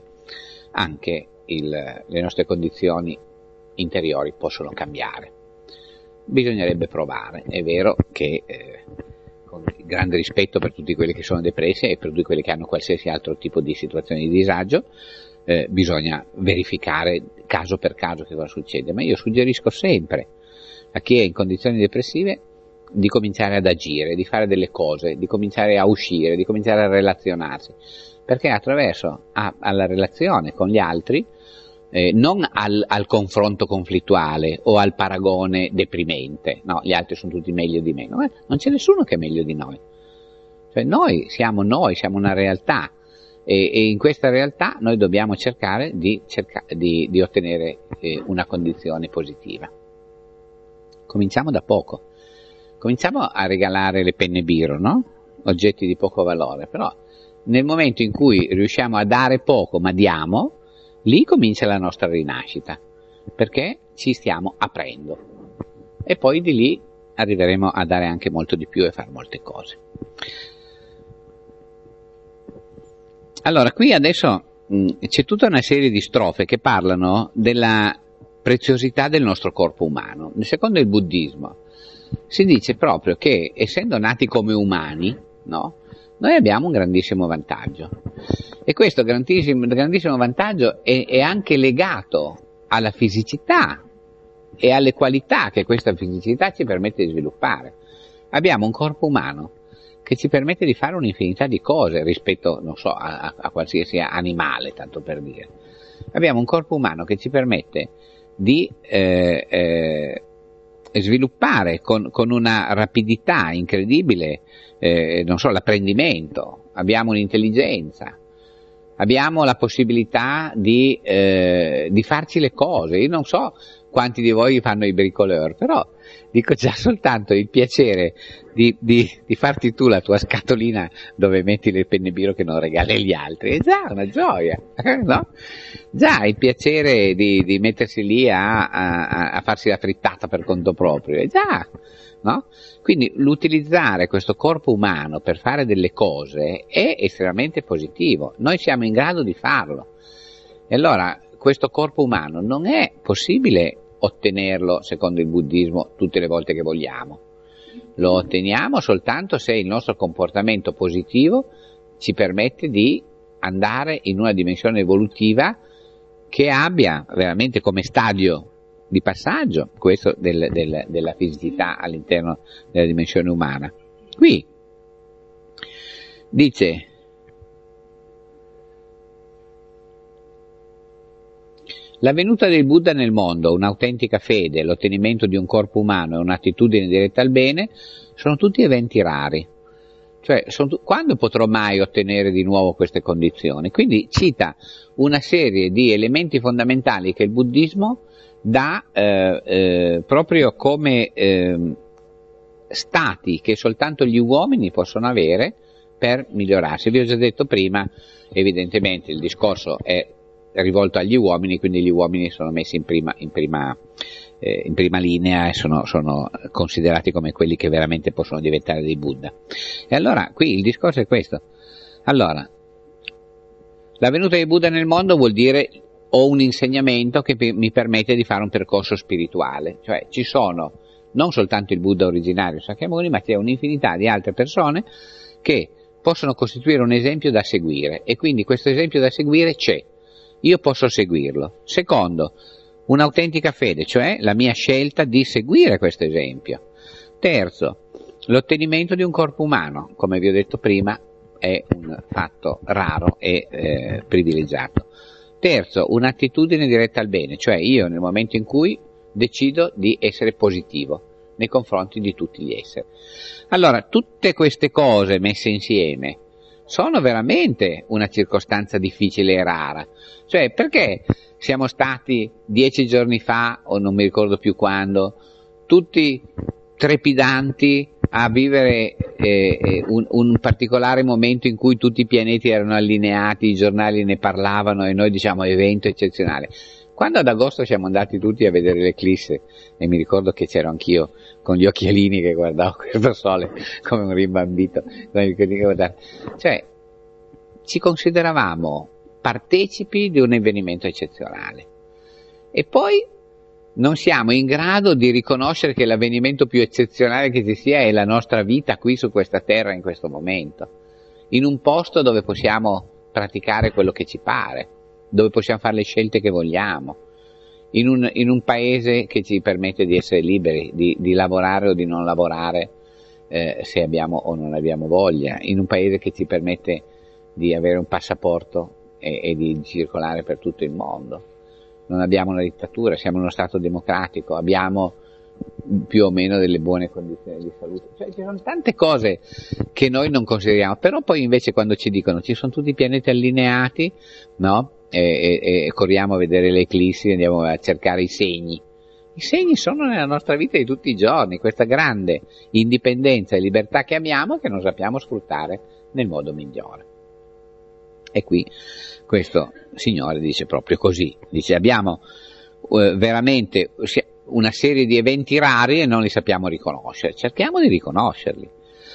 anche il, le nostre condizioni interiori possono cambiare. Bisognerebbe provare. È vero che eh, con grande rispetto per tutti quelli che sono depressi e per tutti quelli che hanno qualsiasi altro tipo di situazione di disagio, eh, bisogna verificare caso per caso che cosa succede, ma io suggerisco sempre a chi è in condizioni depressive di cominciare ad agire, di fare delle cose, di cominciare a uscire, di cominciare a relazionarsi, perché attraverso a, alla relazione con gli altri, Eh, non al, al confronto conflittuale o al paragone deprimente, no, gli altri sono tutti meglio di me, no, non c'è nessuno che è meglio di noi, cioè noi siamo noi, siamo una realtà e, e in questa realtà noi dobbiamo cercare di, cerca, di, di ottenere eh, una condizione positiva. Cominciamo da poco, cominciamo a regalare le penne biro, no? Oggetti di poco valore, però nel momento in cui riusciamo a dare poco ma diamo, lì comincia la nostra rinascita, perché ci stiamo aprendo. e poi di lì arriveremo a dare anche molto di più e fare molte cose. Allora, qui adesso mh, c'è tutta una serie di strofe che parlano della preziosità del nostro corpo umano. Secondo il buddismo si dice proprio che, essendo nati come umani, no, noi abbiamo un grandissimo vantaggio, e questo grandissimo, grandissimo vantaggio è, è anche legato alla fisicità e alle qualità che questa fisicità ci permette di sviluppare. Abbiamo un corpo umano che ci permette di fare un'infinità di cose rispetto, non so, a, a qualsiasi animale, tanto per dire. Abbiamo un corpo umano che ci permette di eh, eh, sviluppare con, con una rapidità incredibile, eh, non so, l'apprendimento, abbiamo un'intelligenza, abbiamo la possibilità di, eh, di farci le cose. Io non so quanti di voi fanno i bricoleur, però dico già soltanto il piacere di, di, di farti tu la tua scatolina dove metti le penne biro che non regali agli altri, è già una gioia, no? Già il piacere di, di mettersi lì a, a, a farsi la frittata per conto proprio, è già, no? Quindi l'utilizzare questo corpo umano per fare delle cose è estremamente positivo, noi siamo in grado di farlo, e allora questo corpo umano non è possibile ottenerlo, secondo il buddismo, tutte le volte che vogliamo. Lo otteniamo soltanto se il nostro comportamento positivo ci permette di andare in una dimensione evolutiva che abbia veramente come stadio di passaggio questo del, del, della fisicità all'interno della dimensione umana. Qui dice: la venuta del Buddha nel mondo, un'autentica fede, l'ottenimento di un corpo umano e un'attitudine diretta al bene sono tutti eventi rari. Cioè, sono, quando potrò mai ottenere di nuovo queste condizioni? Quindi cita una serie di elementi fondamentali che il buddismo dà eh, eh, proprio come eh, stati che soltanto gli uomini possono avere per migliorarsi. Vi ho già detto prima, evidentemente il discorso è rivolto agli uomini, quindi gli uomini sono messi in prima, in prima, eh, in prima linea e sono, sono considerati come quelli che veramente possono diventare dei Buddha. E allora qui il discorso è questo. Allora, la venuta di Buddha nel mondo vuol dire ho un insegnamento che mi permette di fare un percorso spirituale, cioè ci sono non soltanto il Buddha originario Sakyamuni, ma c'è un'infinità di altre persone che possono costituire un esempio da seguire, e quindi questo esempio da seguire c'è. Io posso seguirlo. Secondo, un'autentica fede, cioè la mia scelta di seguire questo esempio. Terzo, l'ottenimento di un corpo umano, come vi ho detto prima, è un fatto raro e eh, privilegiato. Terzo, un'attitudine diretta al bene, cioè io nel momento in cui decido di essere positivo nei confronti di tutti gli esseri. Allora, tutte queste cose messe insieme sono veramente una circostanza difficile e rara. Cioè, perché siamo stati dieci giorni fa, o non mi ricordo più quando, tutti trepidanti a vivere eh, un, un particolare momento in cui tutti i pianeti erano allineati, i giornali ne parlavano e noi diciamo evento eccezionale. Quando ad agosto siamo andati tutti a vedere l'eclisse, e mi ricordo che c'ero anch'io con gli occhialini che guardavo questo sole come un rimbambito, cioè ci consideravamo partecipi di un avvenimento eccezionale, e poi non siamo in grado di riconoscere che l'avvenimento più eccezionale che ci sia è la nostra vita qui su questa terra in questo momento, in un posto dove possiamo praticare quello che ci pare, dove possiamo fare le scelte che vogliamo, in un, in un paese che ci permette di essere liberi, di, di lavorare o di non lavorare eh, se abbiamo o non abbiamo voglia, in un paese che ci permette di avere un passaporto e, e di circolare per tutto il mondo. Non abbiamo una dittatura, siamo in uno stato democratico, abbiamo più o meno delle buone condizioni di salute. Cioè ci sono tante cose che noi non consideriamo, però poi invece quando ci dicono ci sono tutti i pianeti allineati, no? E, e, e corriamo a vedere le eclissi, andiamo a cercare i segni. I segni sono nella nostra vita di tutti i giorni, questa grande indipendenza e libertà che abbiamo, che non sappiamo sfruttare nel modo migliore. E qui questo signore dice proprio così, dice abbiamo eh, veramente una serie di eventi rari e non li sappiamo riconoscere. Cerchiamo di riconoscerli.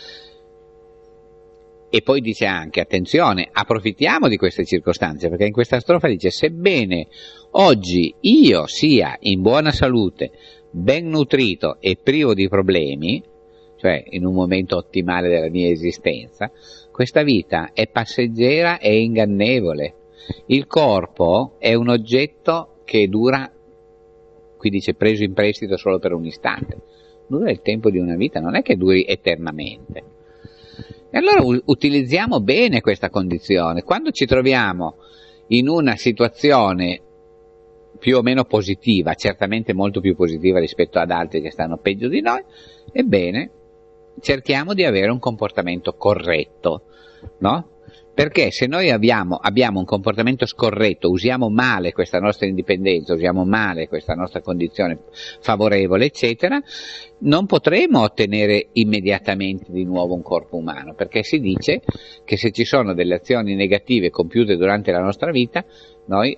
E poi dice anche, attenzione, approfittiamo di queste circostanze, perché in questa strofa dice: sebbene oggi io sia in buona salute, ben nutrito e privo di problemi, cioè in un momento ottimale della mia esistenza, questa vita è passeggera e ingannevole. Il corpo è un oggetto che dura, qui dice preso in prestito solo per un istante, dura il tempo di una vita, non è che duri eternamente. E allora utilizziamo bene questa condizione. Quando ci troviamo in una situazione più o meno positiva, certamente molto più positiva rispetto ad altri che stanno peggio di noi, ebbene, cerchiamo di avere un comportamento corretto, no? Perché se noi abbiamo, abbiamo un comportamento scorretto, usiamo male questa nostra indipendenza, usiamo male questa nostra condizione favorevole, eccetera, non potremo ottenere immediatamente di nuovo un corpo umano, perché si dice che se ci sono delle azioni negative compiute durante la nostra vita, noi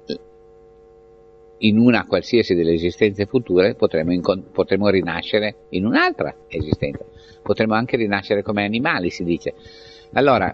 in una qualsiasi delle esistenze future potremo, potremo rinascere in un'altra esistenza, potremo anche rinascere come animali, si dice. Allora,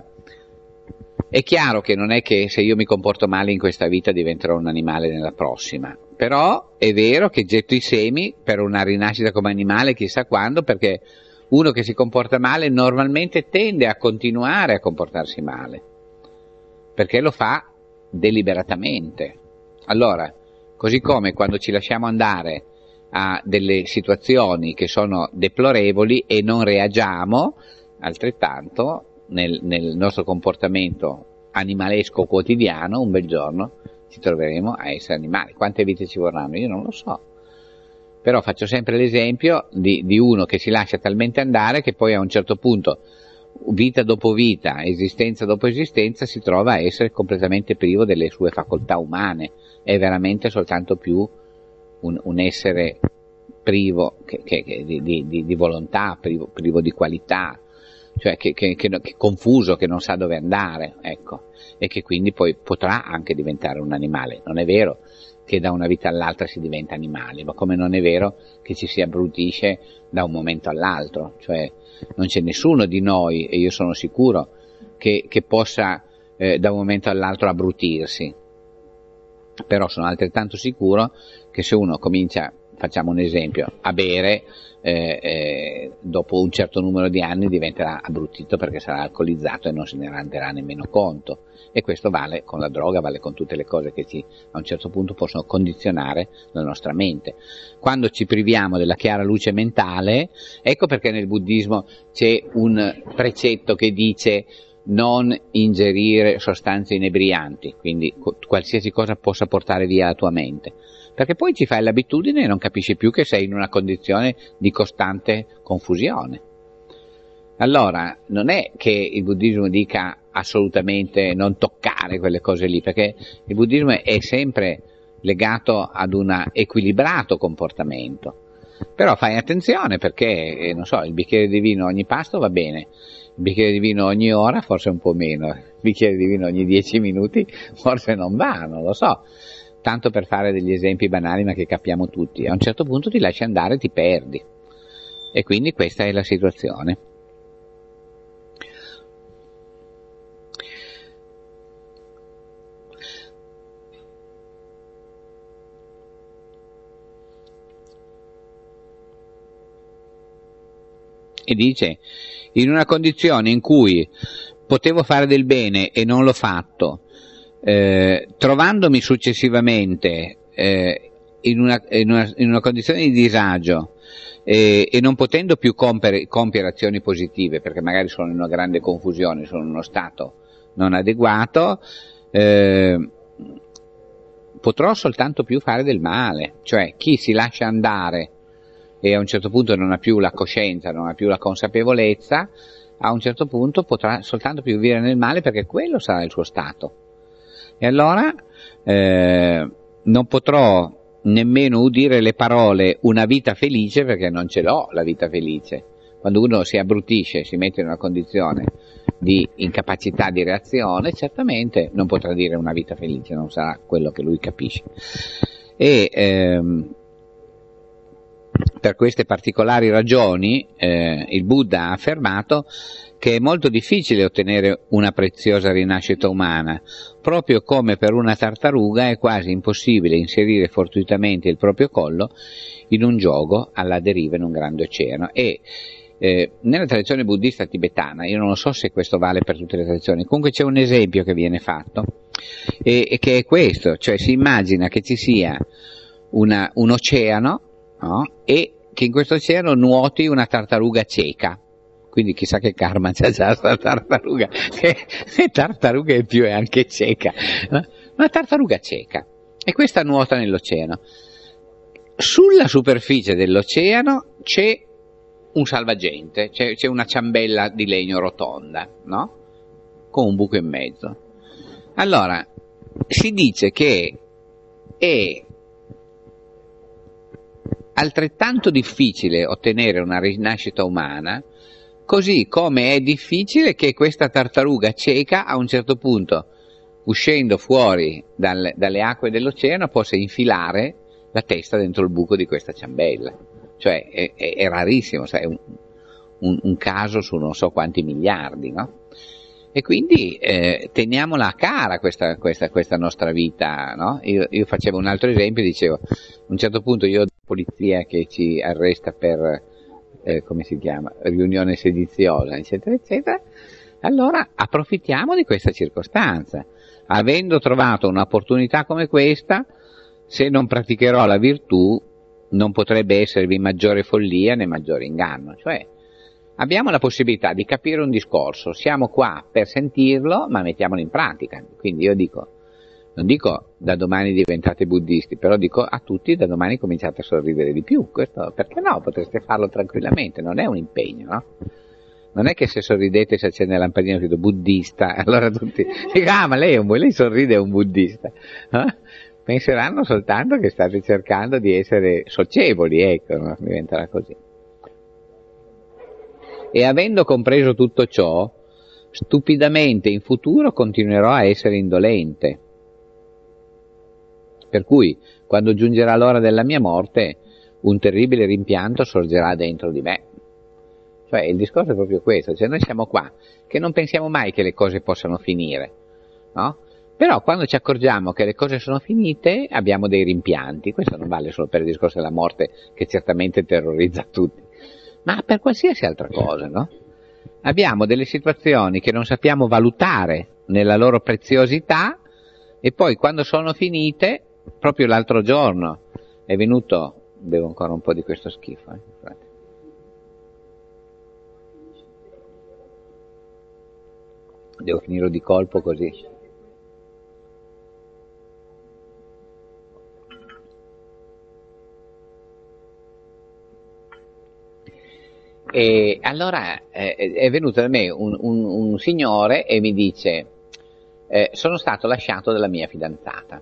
è chiaro che non è che se io mi comporto male in questa vita diventerò un animale nella prossima, però è vero che getto i semi per una rinascita come animale chissà quando, perché uno che si comporta male normalmente tende a continuare a comportarsi male, perché lo fa deliberatamente. Allora, così come quando ci lasciamo andare a delle situazioni che sono deplorevoli e non reagiamo, altrettanto Nel, nel nostro comportamento animalesco quotidiano, un bel giorno ci troveremo a essere animali. Quante vite ci vorranno? Io non lo so. Però faccio sempre l'esempio di, di uno che si lascia talmente andare che poi a un certo punto, vita dopo vita, esistenza dopo esistenza, si trova a essere completamente privo delle sue facoltà umane. È veramente soltanto più un, un essere privo che, che, che, di, di, di volontà, privo, privo di qualità, cioè che, che, che, che confuso, che non sa dove andare, ecco, e che quindi poi potrà anche diventare un animale. Non è vero che da una vita all'altra si diventa animali, ma come non è vero che ci si abbrutisce da un momento all'altro, cioè non c'è nessuno di noi, e io sono sicuro, che, che possa eh, da un momento all'altro abbrutirsi, però sono altrettanto sicuro che se uno comincia, facciamo un esempio, a bere, Eh, eh, dopo un certo numero di anni diventerà abbrutito perché sarà alcolizzato e non se ne renderà nemmeno conto. E questo vale con la droga, vale con tutte le cose che ci, a un certo punto possono condizionare la nostra mente. Quando ci priviamo della chiara luce mentale, ecco perché nel buddismo c'è un precetto che dice non ingerire sostanze inebrianti, quindi qualsiasi cosa possa portare via la tua mente, perché poi ci fai l'abitudine e non capisci più che sei in una condizione di costante confusione. Allora, non è che il buddismo dica assolutamente non toccare quelle cose lì, perché il buddismo è sempre legato ad un equilibrato comportamento, però fai attenzione perché, eh, non so, il bicchiere di vino ogni pasto va bene, il bicchiere di vino ogni ora forse un po' meno, il bicchiere di vino ogni dieci minuti forse non va, non lo so. Tanto per fare degli esempi banali ma che capiamo tutti, a un certo punto ti lasci andare e ti perdi, e quindi questa è la situazione. E dice, in una condizione in cui potevo fare del bene e non l'ho fatto, Eh, trovandomi successivamente eh, in, una, in, una, in una condizione di disagio eh, e non potendo più compiere, compiere azioni positive, perché magari sono in una grande confusione, sono in uno stato non adeguato, eh, potrò soltanto più fare del male. Cioè chi si lascia andare e a un certo punto non ha più la coscienza, non ha più la consapevolezza, a un certo punto potrà soltanto più vivere nel male, perché quello sarà il suo stato. E allora eh, non potrò nemmeno udire le parole una vita felice, perché non ce l'ho la vita felice. Quando uno si abbrutisce, si mette in una condizione di incapacità di reazione, certamente non potrà dire una vita felice, non sarà quello che lui capisce. E ehm, per queste particolari ragioni eh, il Buddha ha affermato che è molto difficile ottenere una preziosa rinascita umana, proprio come per una tartaruga è quasi impossibile inserire fortuitamente il proprio collo in un giogo alla deriva in un grande oceano. E eh, nella tradizione buddista tibetana, io non lo so se questo vale per tutte le tradizioni, comunque c'è un esempio che viene fatto, e, e che è questo, cioè si immagina che ci sia una, un oceano, no? E che in questo oceano nuoti una tartaruga cieca. Quindi chissà che karma c'ha già sta tartaruga, che tartaruga in più è anche cieca, una tartaruga cieca, e questa nuota nell'oceano. Sulla superficie dell'oceano c'è un salvagente, c'è, c'è una ciambella di legno rotonda, no? Con un buco in mezzo. Allora, si dice che è altrettanto difficile ottenere una rinascita umana, così come è difficile che questa tartaruga cieca a un certo punto, uscendo fuori dal, dalle acque dell'oceano, possa infilare la testa dentro il buco di questa ciambella. Cioè è, è, è rarissimo, sai, un, un, un caso su non so quanti miliardi, no? E quindi eh, teniamola a cara questa, questa, questa nostra vita, no? Io, io facevo un altro esempio, dicevo, a un certo punto io ho la polizia che ci arresta per... Eh, come si chiama, riunione sediziosa, eccetera, eccetera, allora approfittiamo di questa circostanza. Avendo trovato un'opportunità come questa, se non praticherò la virtù, non potrebbe esservi maggiore follia né maggiore inganno. Cioè, abbiamo la possibilità di capire un discorso, siamo qua per sentirlo, ma mettiamolo in pratica. Quindi io dico, non dico da domani diventate buddisti, però dico a tutti da domani cominciate a sorridere di più. Questo, perché no? Potreste farlo tranquillamente, non è un impegno, no? Non è che se sorridete si accende la lampadina scritto buddista, allora tutti dicono, ah ma lei è un, lei sorride è un buddista. Eh? Penseranno soltanto che state cercando di essere socievoli, ecco, no? Diventerà così. E avendo compreso tutto ciò, stupidamente in futuro continuerò a essere indolente. Per cui, quando giungerà l'ora della mia morte, un terribile rimpianto sorgerà dentro di me. Cioè, il discorso è proprio questo, cioè noi siamo qua, che non pensiamo mai che le cose possano finire, no? Però quando ci accorgiamo che le cose sono finite, abbiamo dei rimpianti. Questo non vale solo per il discorso della morte, che certamente terrorizza tutti, ma per qualsiasi altra cosa, no? Abbiamo delle situazioni che non sappiamo valutare nella loro preziosità, e poi quando sono finite, proprio l'altro giorno è venuto, bevo ancora un po' di questo schifo, eh, infatti. Devo finirlo di colpo così. E allora eh, è venuto da me un, un, un signore e mi dice, eh, sono stato lasciato dalla mia fidanzata.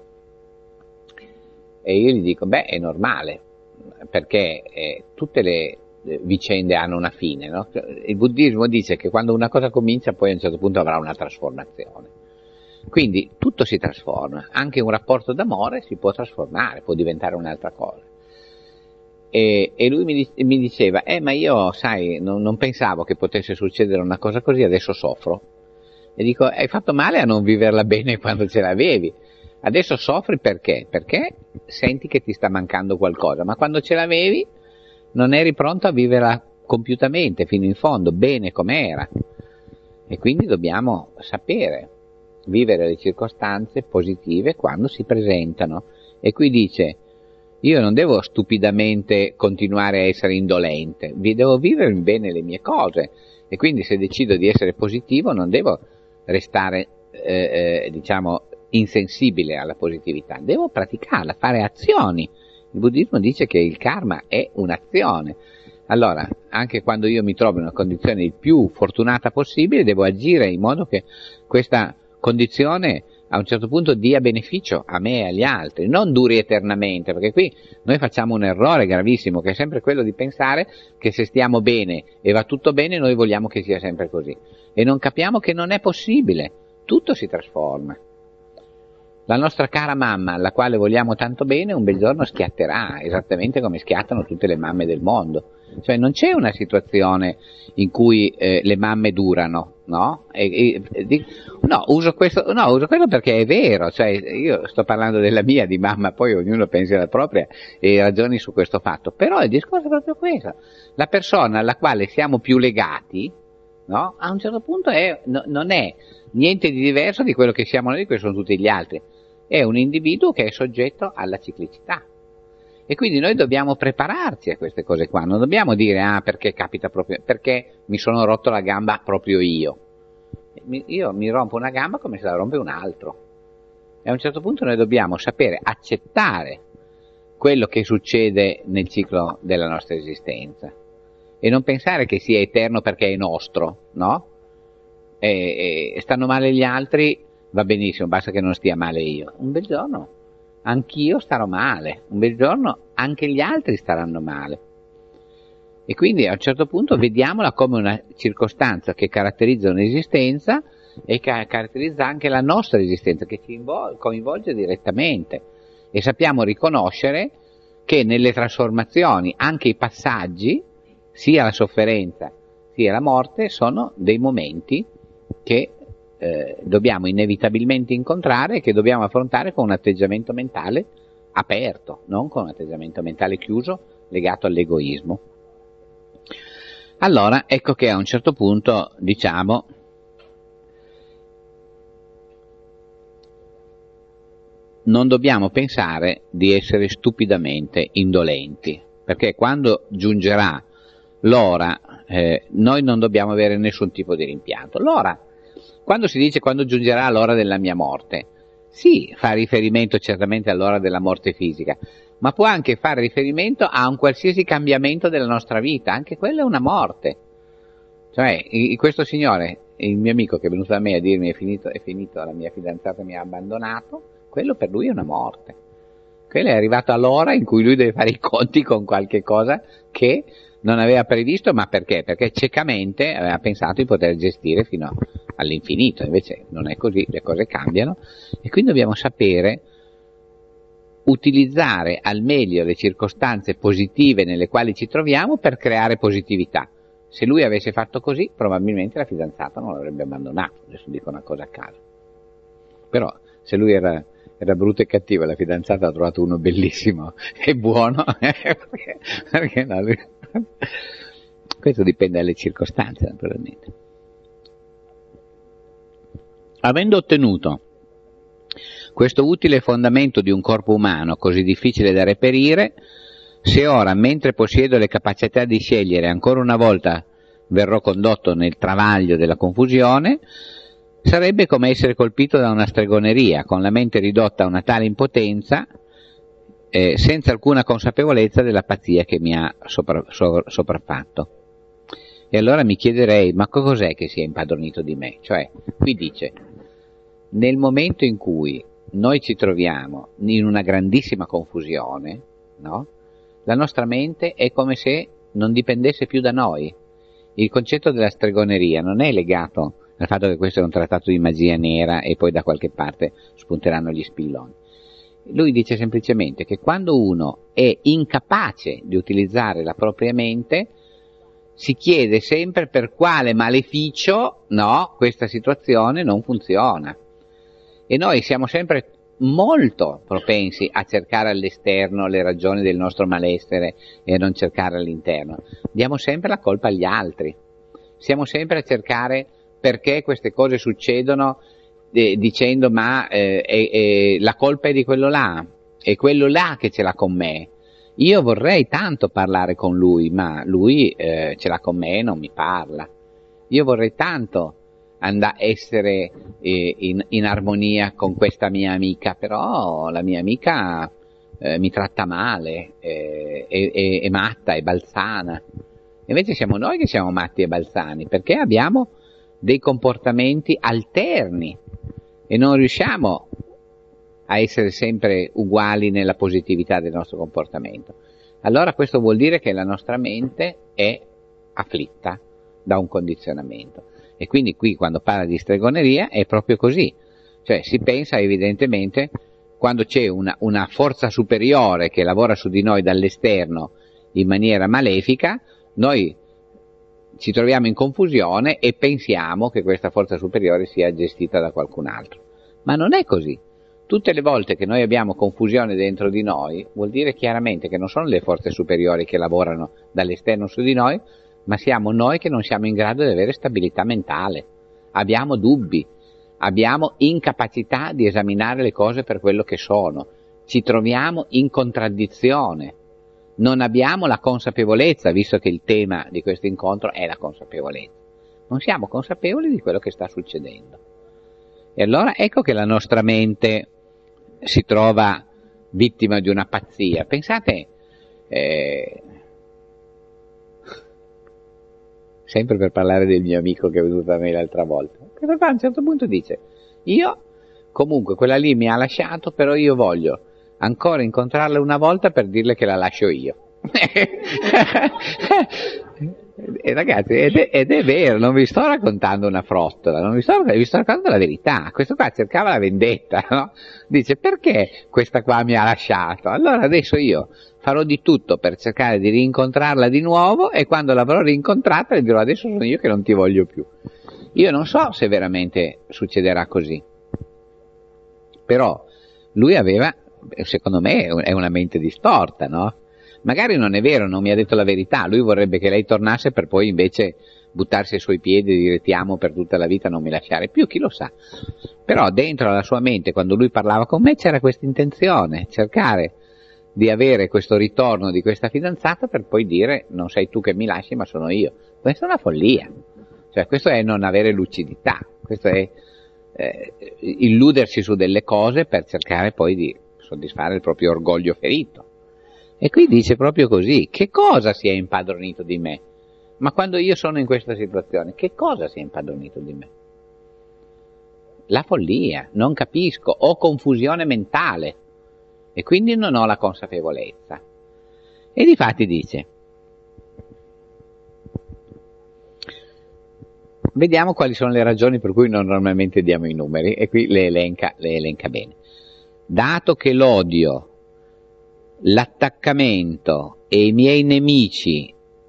E io gli dico, beh, è normale, perché eh, tutte le vicende hanno una fine, no? Il buddismo dice che quando una cosa comincia poi a un certo punto avrà una trasformazione. Quindi tutto si trasforma, anche un rapporto d'amore si può trasformare, può diventare un'altra cosa. E, e lui mi, mi diceva, eh ma io sai, non, non pensavo che potesse succedere una cosa così, adesso soffro. E dico, hai fatto male a non viverla bene quando ce l'avevi. Adesso soffri perché? Perché senti che ti sta mancando qualcosa, ma quando ce l'avevi non eri pronto a viverla compiutamente, fino in fondo, bene com'era. E quindi dobbiamo sapere vivere le circostanze positive quando si presentano. E qui dice, io non devo stupidamente continuare a essere indolente, devo vivere bene le mie cose. E quindi se decido di essere positivo non devo restare, eh, eh, diciamo, insensibile alla positività, devo praticarla, fare azioni. Il buddismo dice che il karma è un'azione. Allora, anche quando io mi trovo in una condizione il più fortunata possibile, devo agire in modo che questa condizione a un certo punto dia beneficio a me e agli altri, non duri eternamente, perché qui noi facciamo un errore gravissimo, che è sempre quello di pensare che se stiamo bene e va tutto bene, noi vogliamo che sia sempre così. E non capiamo che non è possibile, tutto si trasforma. La nostra cara mamma, alla quale vogliamo tanto bene, un bel giorno schiatterà, esattamente come schiattano tutte le mamme del mondo. Cioè non c'è una situazione in cui eh, le mamme durano, no? E, e, di, no, uso questo, no, uso questo perché è vero, cioè io sto parlando della mia di mamma, poi ognuno pensa alla propria e ragioni su questo fatto, però il discorso è proprio questo. La persona alla quale siamo più legati, no? A un certo punto è, no, non è niente di diverso di quello che siamo noi, che sono tutti gli altri. È un individuo che è soggetto alla ciclicità. E quindi noi dobbiamo prepararci a queste cose qua, non dobbiamo dire, ah, perché capita proprio, perché mi sono rotto la gamba proprio io. Io mi rompo una gamba come se la rompe un altro. E a un certo punto noi dobbiamo sapere accettare quello che succede nel ciclo della nostra esistenza. E non pensare che sia eterno perché è nostro, no? E, e stanno male gli altri, va benissimo, basta che non stia male io. Un bel giorno anch'io starò male, un bel giorno anche gli altri staranno male. E quindi a un certo punto vediamola come una circostanza che caratterizza un'esistenza e che caratterizza anche la nostra esistenza, che ci coinvolge direttamente. E sappiamo riconoscere che nelle trasformazioni, anche i passaggi, sia la sofferenza sia la morte, sono dei momenti che eh, dobbiamo inevitabilmente incontrare e che dobbiamo affrontare con un atteggiamento mentale aperto, non con un atteggiamento mentale chiuso legato all'egoismo. Allora, ecco che a un certo punto diciamo non dobbiamo pensare di essere stupidamente indolenti, perché quando giungerà l'ora, eh, noi non dobbiamo avere nessun tipo di rimpianto. L'ora, quando si dice quando giungerà l'ora della mia morte, sì, fa riferimento certamente all'ora della morte fisica, ma può anche fare riferimento a un qualsiasi cambiamento della nostra vita, anche quella è una morte. Cioè, questo signore, il mio amico che è venuto da me a dirmi è finito, è finito, la mia fidanzata mi ha abbandonato, quello per lui è una morte. Quello è arrivato all'ora in cui lui deve fare i conti con qualche cosa che non aveva previsto, ma perché? Perché ciecamente aveva pensato di poter gestire fino all'infinito, invece non è così, le cose cambiano, e quindi dobbiamo sapere utilizzare al meglio le circostanze positive nelle quali ci troviamo per creare positività. Se lui avesse fatto così, probabilmente la fidanzata non l'avrebbe abbandonato, adesso dico una cosa a caso. Però se lui era, era brutto e cattivo e la fidanzata ha trovato uno bellissimo e buono, perché, perché no, lui... Questo dipende dalle circostanze, naturalmente. Avendo ottenuto questo utile fondamento di un corpo umano così difficile da reperire, se ora, mentre possiedo le capacità di scegliere, ancora una volta verrò condotto nel travaglio della confusione, sarebbe come essere colpito da una stregoneria, con la mente ridotta a una tale impotenza, eh, senza alcuna consapevolezza della pazzia che mi ha sopra, so, sopraffatto. E allora mi chiederei, ma cos'è che si è impadronito di me? Cioè, qui dice, nel momento in cui noi ci troviamo in una grandissima confusione, no? La nostra mente è come se non dipendesse più da noi. Il concetto della stregoneria non è legato al fatto che questo è un trattato di magia nera e poi da qualche parte spunteranno gli spilloni. Lui dice semplicemente che quando uno è incapace di utilizzare la propria mente, si chiede sempre per quale maleficio, no, questa situazione non funziona. E noi siamo sempre molto propensi a cercare all'esterno le ragioni del nostro malessere e a non cercare all'interno. Diamo sempre la colpa agli altri. Siamo sempre a cercare perché queste cose succedono eh, dicendo ma eh, eh, eh, la colpa è di quello là, è quello là che ce l'ha con me. Io vorrei tanto parlare con lui, ma lui eh, ce l'ha con me e non mi parla. Io vorrei tanto andare essere eh, in, in armonia con questa mia amica, però la mia amica eh, mi tratta male, eh, è, è, è matta, è balzana. Invece siamo noi che siamo matti e balzani, perché abbiamo dei comportamenti alterni e non riusciamo a essere sempre uguali nella positività del nostro comportamento. Allora questo vuol dire che la nostra mente è afflitta da un condizionamento. E quindi qui quando parla di stregoneria è proprio così, Cioè si pensa evidentemente, quando c'è una, una forza superiore che lavora su di noi dall'esterno in maniera malefica, noi ci troviamo in confusione e pensiamo che questa forza superiore sia gestita da qualcun altro. Ma non è così. Tutte le volte che noi abbiamo confusione dentro di noi, vuol dire chiaramente che non sono le forze superiori che lavorano dall'esterno su di noi, ma siamo noi che non siamo in grado di avere stabilità mentale. Abbiamo dubbi, abbiamo incapacità di esaminare le cose per quello che sono, ci troviamo in contraddizione, non abbiamo la consapevolezza, visto che il tema di questo incontro è la consapevolezza. Non siamo consapevoli di quello che sta succedendo. E allora ecco che la nostra mente si trova vittima di una pazzia. Pensate, eh, sempre per parlare del mio amico che è venuto da me l'altra volta, che a un certo punto dice, io comunque quella lì mi ha lasciato, però io voglio ancora incontrarla una volta per dirle che la lascio io. E ragazzi, ed è, ed è vero, non vi sto raccontando una frottola, non vi sto, vi sto raccontando la verità. Questo qua cercava la vendetta, no? Dice, perché questa qua mi ha lasciato? Allora adesso io farò di tutto per cercare di rincontrarla di nuovo, e quando l'avrò rincontrata le dirò, adesso sono io che non ti voglio più. Io non so se veramente succederà così, però lui aveva, secondo me è una mente distorta, no? Magari non è vero, non mi ha detto la verità, lui vorrebbe che lei tornasse per poi invece buttarsi ai suoi piedi e dire ti amo per tutta la vita, non mi lasciare più, chi lo sa. Però dentro la sua mente, quando lui parlava con me, c'era questa intenzione, cercare di avere questo ritorno di questa fidanzata per poi dire non sei tu che mi lasci ma sono io. Questa è una follia, cioè questo è non avere lucidità, questo è eh, illudersi su delle cose per cercare poi di soddisfare il proprio orgoglio ferito. E qui dice proprio così, che cosa si è impadronito di me? Ma quando io sono in questa situazione, che cosa si è impadronito di me? La follia, non capisco, ho confusione mentale e quindi non ho la consapevolezza. E difatti dice, vediamo quali sono le ragioni per cui noi normalmente diamo i numeri, e qui le elenca, le elenca bene. Dato che l'odio, l'attaccamento e i miei nemici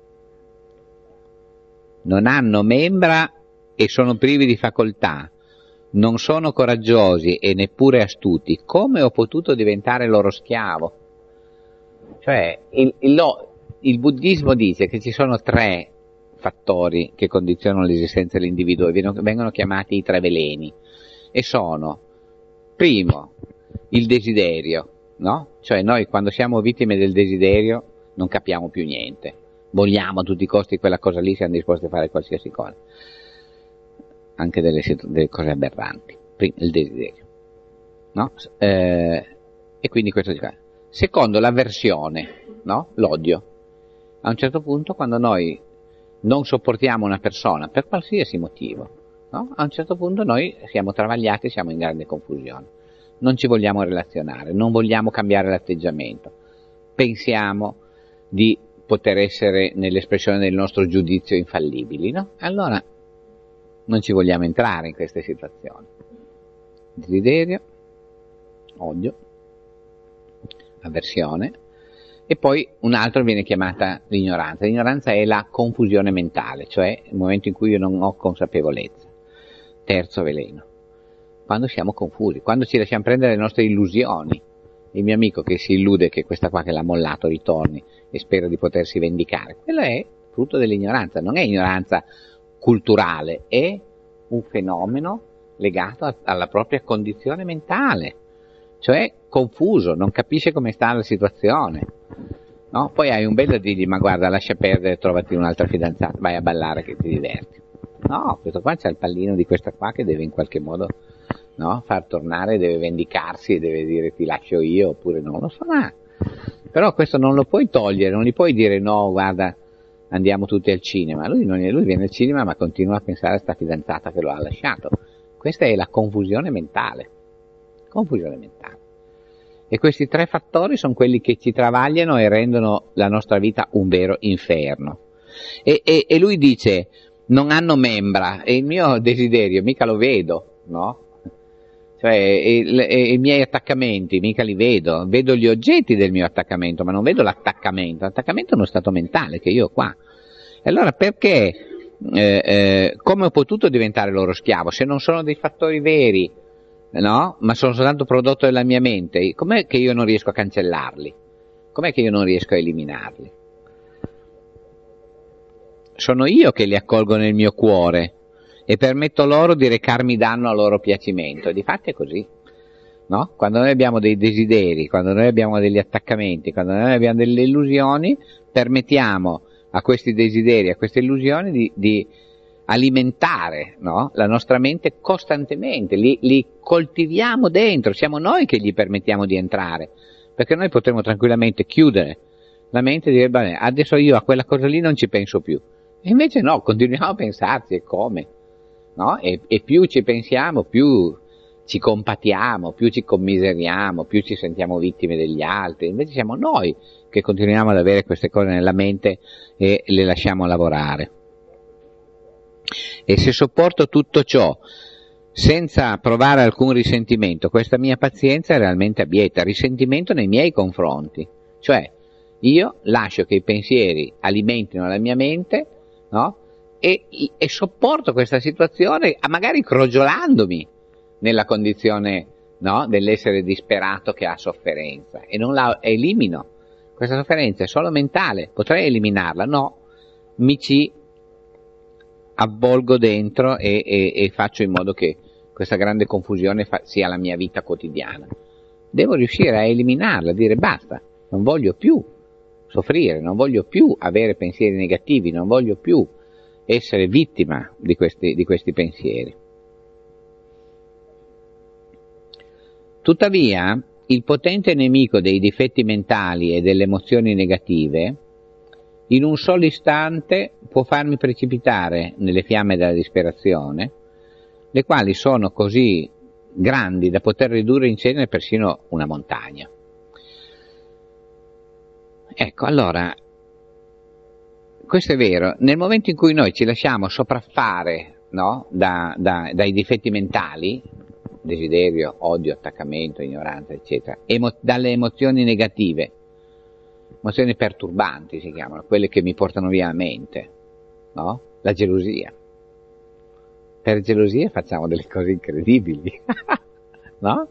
non hanno membra e sono privi di facoltà, non sono coraggiosi e neppure astuti, come ho potuto diventare loro schiavo? Cioè, il, il, il buddismo dice che ci sono tre fattori che condizionano l'esistenza dell'individuo e vengono chiamati i tre veleni, e sono, primo, il desiderio, no? Cioè noi quando siamo vittime del desiderio non capiamo più niente, vogliamo a tutti i costi quella cosa lì, siamo disposti a fare qualsiasi cosa, anche delle, delle cose aberranti. Primo, il desiderio, no? Eh, e quindi questo si fa. Secondo, l'avversione, no? L'odio. A un certo punto, quando noi non sopportiamo una persona per qualsiasi motivo, no? A un certo punto noi siamo travagliati, siamo in grande confusione. Non ci vogliamo relazionare, non vogliamo cambiare l'atteggiamento, pensiamo di poter essere nell'espressione del nostro giudizio infallibili, no? Allora non ci vogliamo entrare in queste situazioni. Desiderio, odio, avversione, e poi un altro viene chiamata l'ignoranza. L'ignoranza è la confusione mentale, cioè il momento in cui io non ho consapevolezza. Terzo veleno. Quando siamo confusi, quando ci lasciamo prendere le nostre illusioni. Il mio amico che si illude che questa qua che l'ha mollato ritorni e spera di potersi vendicare, quello è frutto dell'ignoranza, non è ignoranza culturale, è un fenomeno legato a, alla propria condizione mentale, cioè confuso, non capisce come sta la situazione, no? Poi hai un bello da dirgli, ma guarda, lascia perdere, trovati un'altra fidanzata, vai a ballare che ti diverti. No, questo qua c'è il pallino di questa qua che deve in qualche modo, no, far tornare, deve vendicarsi e deve dire ti lascio io, oppure non lo farà. Però questo non lo puoi togliere, non gli puoi dire no, guarda, andiamo tutti al cinema. Lui, non è, lui viene al cinema ma continua a pensare a sta fidanzata che lo ha lasciato. Questa è la confusione mentale. Confusione mentale. E questi tre fattori sono quelli che ci travagliano e rendono la nostra vita un vero inferno. E, e, e lui dice, non hanno membra, e il mio desiderio mica lo vedo, no? Cioè, Cioè, e, e, i miei attaccamenti mica li vedo, vedo gli oggetti del mio attaccamento, ma non vedo l'attaccamento. L'attaccamento è uno stato mentale che io ho qua. E allora perché, eh, eh, come ho potuto diventare loro schiavo? Se non sono dei fattori veri, no? Ma sono soltanto prodotto della mia mente, com'è che io non riesco a cancellarli? Com'è che io non riesco a eliminarli? Sono io che li accolgo nel mio cuore e permetto loro di recarmi danno a loro piacimento. E difatti è così, no? Quando noi abbiamo dei desideri, quando noi abbiamo degli attaccamenti, quando noi abbiamo delle illusioni, permettiamo a questi desideri, a queste illusioni di, di alimentare, no? La nostra mente costantemente, li, li coltiviamo dentro, siamo noi che gli permettiamo di entrare, perché noi potremmo tranquillamente chiudere la mente e dire, bene, adesso io a quella cosa lì non ci penso più. E invece no, continuiamo a pensarci, e come? No? E, e più ci pensiamo, più ci compatiamo, più ci commiseriamo, più ci sentiamo vittime degli altri. Invece siamo noi che continuiamo ad avere queste cose nella mente e le lasciamo lavorare. E se sopporto tutto ciò senza provare alcun risentimento, questa mia pazienza è realmente abietta, risentimento nei miei confronti. Cioè, io lascio che i pensieri alimentino la mia mente, no? E, e sopporto questa situazione, magari crogiolandomi nella condizione, no, dell'essere disperato che ha sofferenza, e non la elimino. Questa sofferenza è solo mentale, potrei eliminarla? No, mi ci avvolgo dentro e, e, e faccio in modo che questa grande confusione fa, sia la mia vita quotidiana. Devo riuscire a eliminarla, a dire basta, non voglio più soffrire, non voglio più avere pensieri negativi, non voglio più essere vittima di questi, di questi pensieri. Tuttavia, il potente nemico dei difetti mentali e delle emozioni negative, in un solo istante può farmi precipitare nelle fiamme della disperazione, le quali sono così grandi da poter ridurre in cenere persino una montagna. Ecco, allora, questo è vero, nel momento in cui noi ci lasciamo sopraffare, no, da, da, dai difetti mentali, desiderio, odio, attaccamento, ignoranza, eccetera, emo, dalle emozioni negative, emozioni perturbanti si chiamano, quelle che mi portano via la mente, no? La gelosia. Per gelosia facciamo delle cose incredibili, no?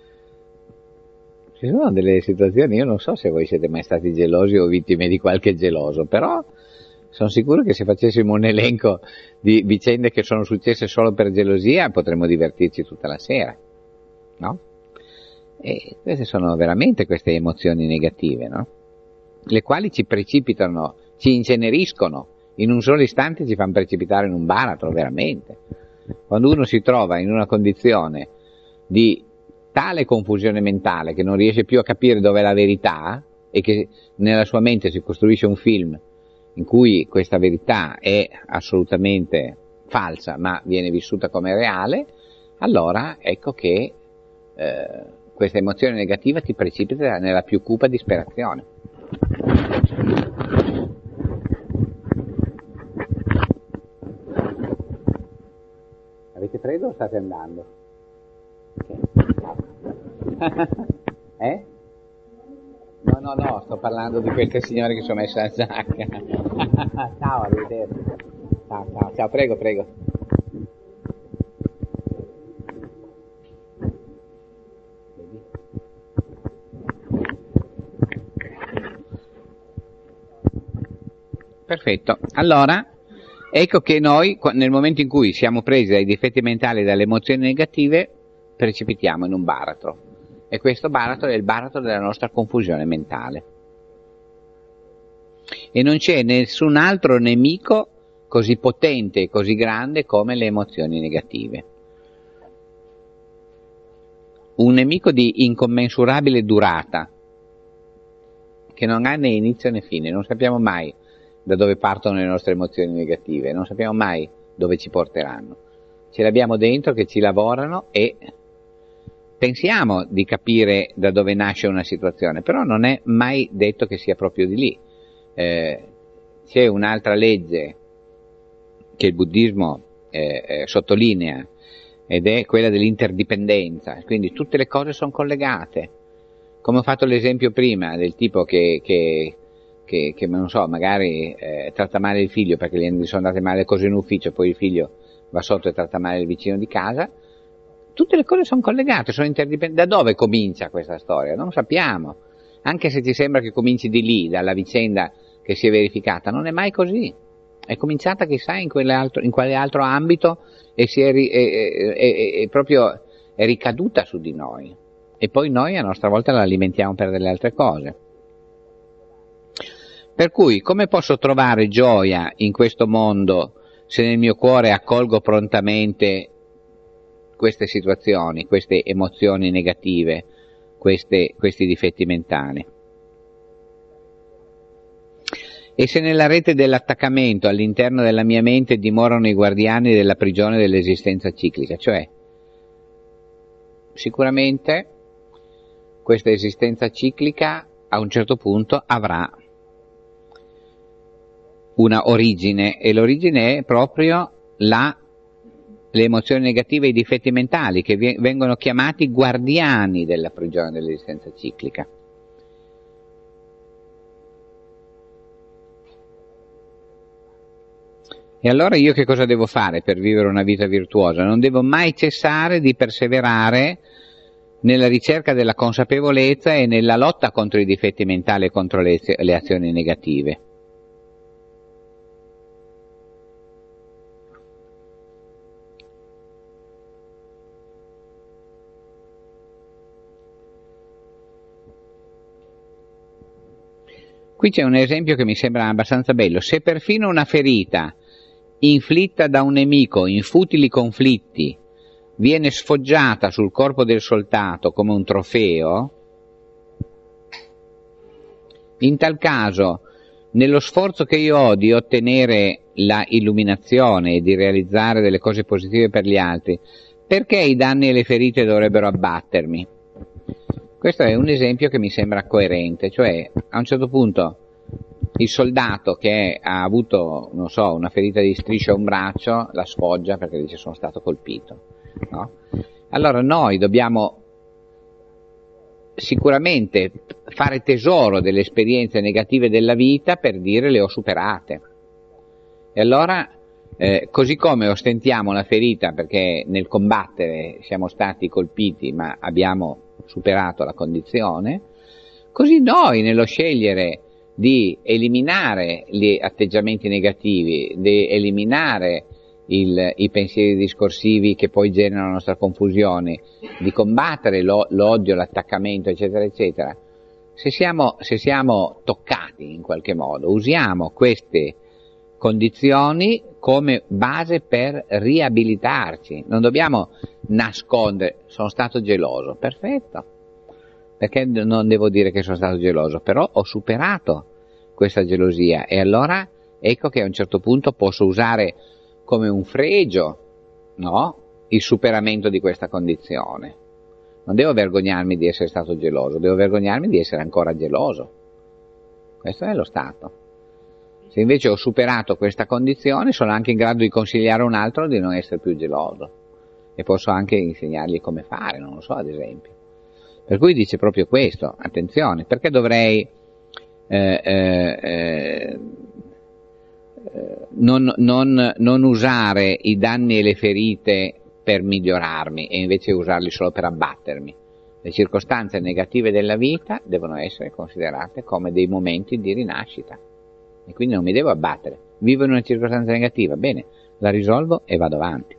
Ci sono delle situazioni, io non so se voi siete mai stati gelosi o vittime di qualche geloso, però sono sicuro che se facessimo un elenco di vicende che sono successe solo per gelosia potremmo divertirci tutta la sera, no? E queste sono veramente queste emozioni negative, no? Le quali ci precipitano, ci inceneriscono, in un solo istante ci fanno precipitare in un baratro, veramente. Quando uno si trova in una condizione di tale confusione mentale che non riesce più a capire dov'è la verità e che nella sua mente si costruisce un film in cui questa verità è assolutamente falsa ma viene vissuta come reale, allora ecco che eh, questa emozione negativa ti precipita nella più cupa disperazione. Avete freddo o state andando? Eh? No, no, no, sto parlando di queste signore che sono messe la giacca. Ciao, arrivederci. Ciao, ciao, ciao, prego, prego. Perfetto, allora ecco che noi nel momento in cui siamo presi dai difetti mentali e dalle emozioni negative precipitiamo in un baratro, e questo baratro è il baratro della nostra confusione mentale, e non c'è nessun altro nemico così potente e così grande come le emozioni negative. Un nemico di incommensurabile durata che non ha né inizio né fine, non sappiamo mai da dove partono le nostre emozioni negative, non sappiamo mai dove ci porteranno. Ce le abbiamo dentro che ci lavorano e pensiamo di capire da dove nasce una situazione, però non è mai detto che sia proprio di lì. Eh, c'è un'altra legge che il buddismo eh, eh, sottolinea ed è quella dell'interdipendenza, quindi tutte le cose sono collegate. Come ho fatto l'esempio prima del tipo che, che, che, che non so, magari eh, tratta male il figlio perché gli sono andate male le cose in ufficio, poi il figlio va sotto e tratta male il vicino di casa, tutte le cose sono collegate, sono interdipendenti. Da dove comincia questa storia? Non lo sappiamo, anche se ti sembra che cominci di lì, dalla vicenda che si è verificata, non è mai così, è cominciata chissà in, altro, in quale altro ambito e si è, è, è, è, è proprio è ricaduta su di noi. E poi noi a nostra volta la alimentiamo per delle altre cose. Per cui, come posso trovare gioia in questo mondo se nel mio cuore accolgo prontamente queste situazioni, queste emozioni negative, queste, questi difetti mentali? E se nella rete dell'attaccamento all'interno della mia mente dimorano i guardiani della prigione dell'esistenza ciclica, cioè sicuramente questa esistenza ciclica a un certo punto avrà una origine, e l'origine è proprio la, le emozioni negative e i difetti mentali che vi, vengono chiamati guardiani della prigione dell'esistenza ciclica. E allora io che cosa devo fare per vivere una vita virtuosa? Non devo mai cessare di perseverare nella ricerca della consapevolezza e nella lotta contro i difetti mentali e contro le, le azioni negative. Qui c'è un esempio che mi sembra abbastanza bello. Se perfino una ferita inflitta da un nemico in futili conflitti viene sfoggiata sul corpo del soldato come un trofeo, in tal caso, nello sforzo che io ho di ottenere la illuminazione e di realizzare delle cose positive per gli altri, perché i danni e le ferite dovrebbero abbattermi? Questo è un esempio che mi sembra coerente, cioè a un certo punto il soldato che ha avuto, non so, una ferita di striscia a un braccio, la sfoggia perché dice sono stato colpito. No? Allora noi dobbiamo sicuramente fare tesoro delle esperienze negative della vita per dire le ho superate. E allora, eh, così come ostentiamo la ferita perché nel combattere siamo stati colpiti ma abbiamo superato la condizione, così noi nello scegliere di eliminare gli atteggiamenti negativi, di eliminare Il, i pensieri discorsivi che poi generano la nostra confusione, di combattere lo, l'odio, l'attaccamento, eccetera, eccetera. Se siamo, se siamo toccati in qualche modo, usiamo queste condizioni come base per riabilitarci. Non dobbiamo nascondere, sono stato geloso, perfetto, perché non devo dire che sono stato geloso, però ho superato questa gelosia e allora ecco che a un certo punto posso usare come un fregio, no? Il superamento di questa condizione. Non devo vergognarmi di essere stato geloso, devo vergognarmi di essere ancora geloso. Questo è lo stato. Se invece ho superato questa condizione, sono anche in grado di consigliare a un altro di non essere più geloso. E posso anche insegnargli come fare, non lo so, ad esempio. Per cui dice proprio questo, attenzione, perché dovrei eh, eh, eh, Non, non, non usare i danni e le ferite per migliorarmi e invece usarli solo per abbattermi. Le circostanze negative della vita devono essere considerate come dei momenti di rinascita e quindi non mi devo abbattere. Vivo in una circostanza negativa, bene, la risolvo e vado avanti.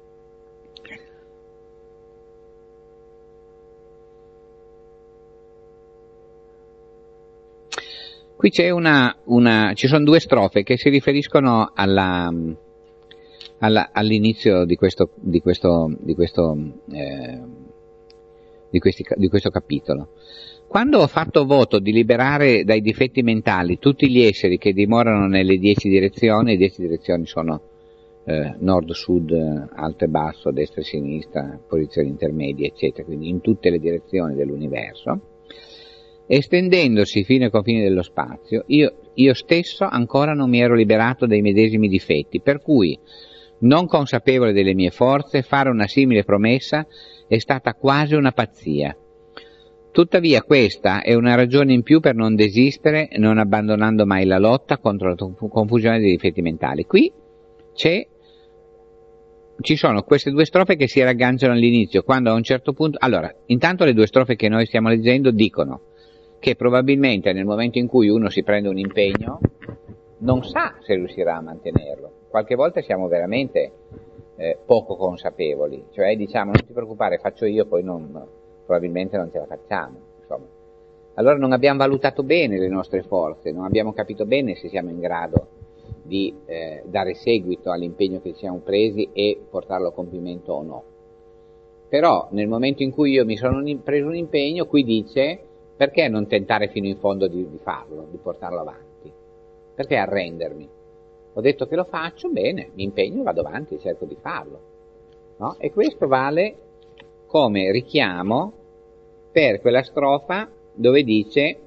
Qui c'è una, una, ci sono due strofe che si riferiscono alla, alla, all'inizio di questo, di questo, di questo, eh, di, questi, di questo capitolo. Quando ho fatto voto di liberare dai difetti mentali tutti gli esseri che dimorano nelle dieci direzioni, le dieci direzioni sono eh, nord, sud, alto e basso, destra e sinistra, posizioni intermedie, eccetera, quindi in tutte le direzioni dell'universo, estendendosi fino ai confini dello spazio, io, io stesso ancora non mi ero liberato dai medesimi difetti, per cui Non consapevole delle mie forze, fare una simile promessa è stata quasi una pazzia. Tuttavia questa è una ragione in più per non desistere, non abbandonando mai la lotta contro la confusione dei difetti mentali. Qui c'è, ci sono queste due strofe che si ragganciano all'inizio, quando a un certo punto... Allora, intanto le due strofe che noi stiamo leggendo dicono che probabilmente nel momento in cui uno si prende un impegno non sa se riuscirà a mantenerlo. Qualche volta siamo veramente eh, poco consapevoli, cioè diciamo non ti preoccupare, faccio io, poi non, probabilmente non ce la facciamo. Insomma. Allora non abbiamo valutato bene le nostre forze, non abbiamo capito bene se siamo in grado di eh, dare seguito all'impegno che ci siamo presi e portarlo a compimento o no. Però nel momento in cui io mi sono preso un impegno, qui dice perché non tentare fino in fondo di, di farlo, di portarlo avanti? Perché arrendermi? Ho detto che lo faccio, bene, mi impegno, vado avanti e cerco di farlo. No? E questo vale come richiamo per quella strofa dove dice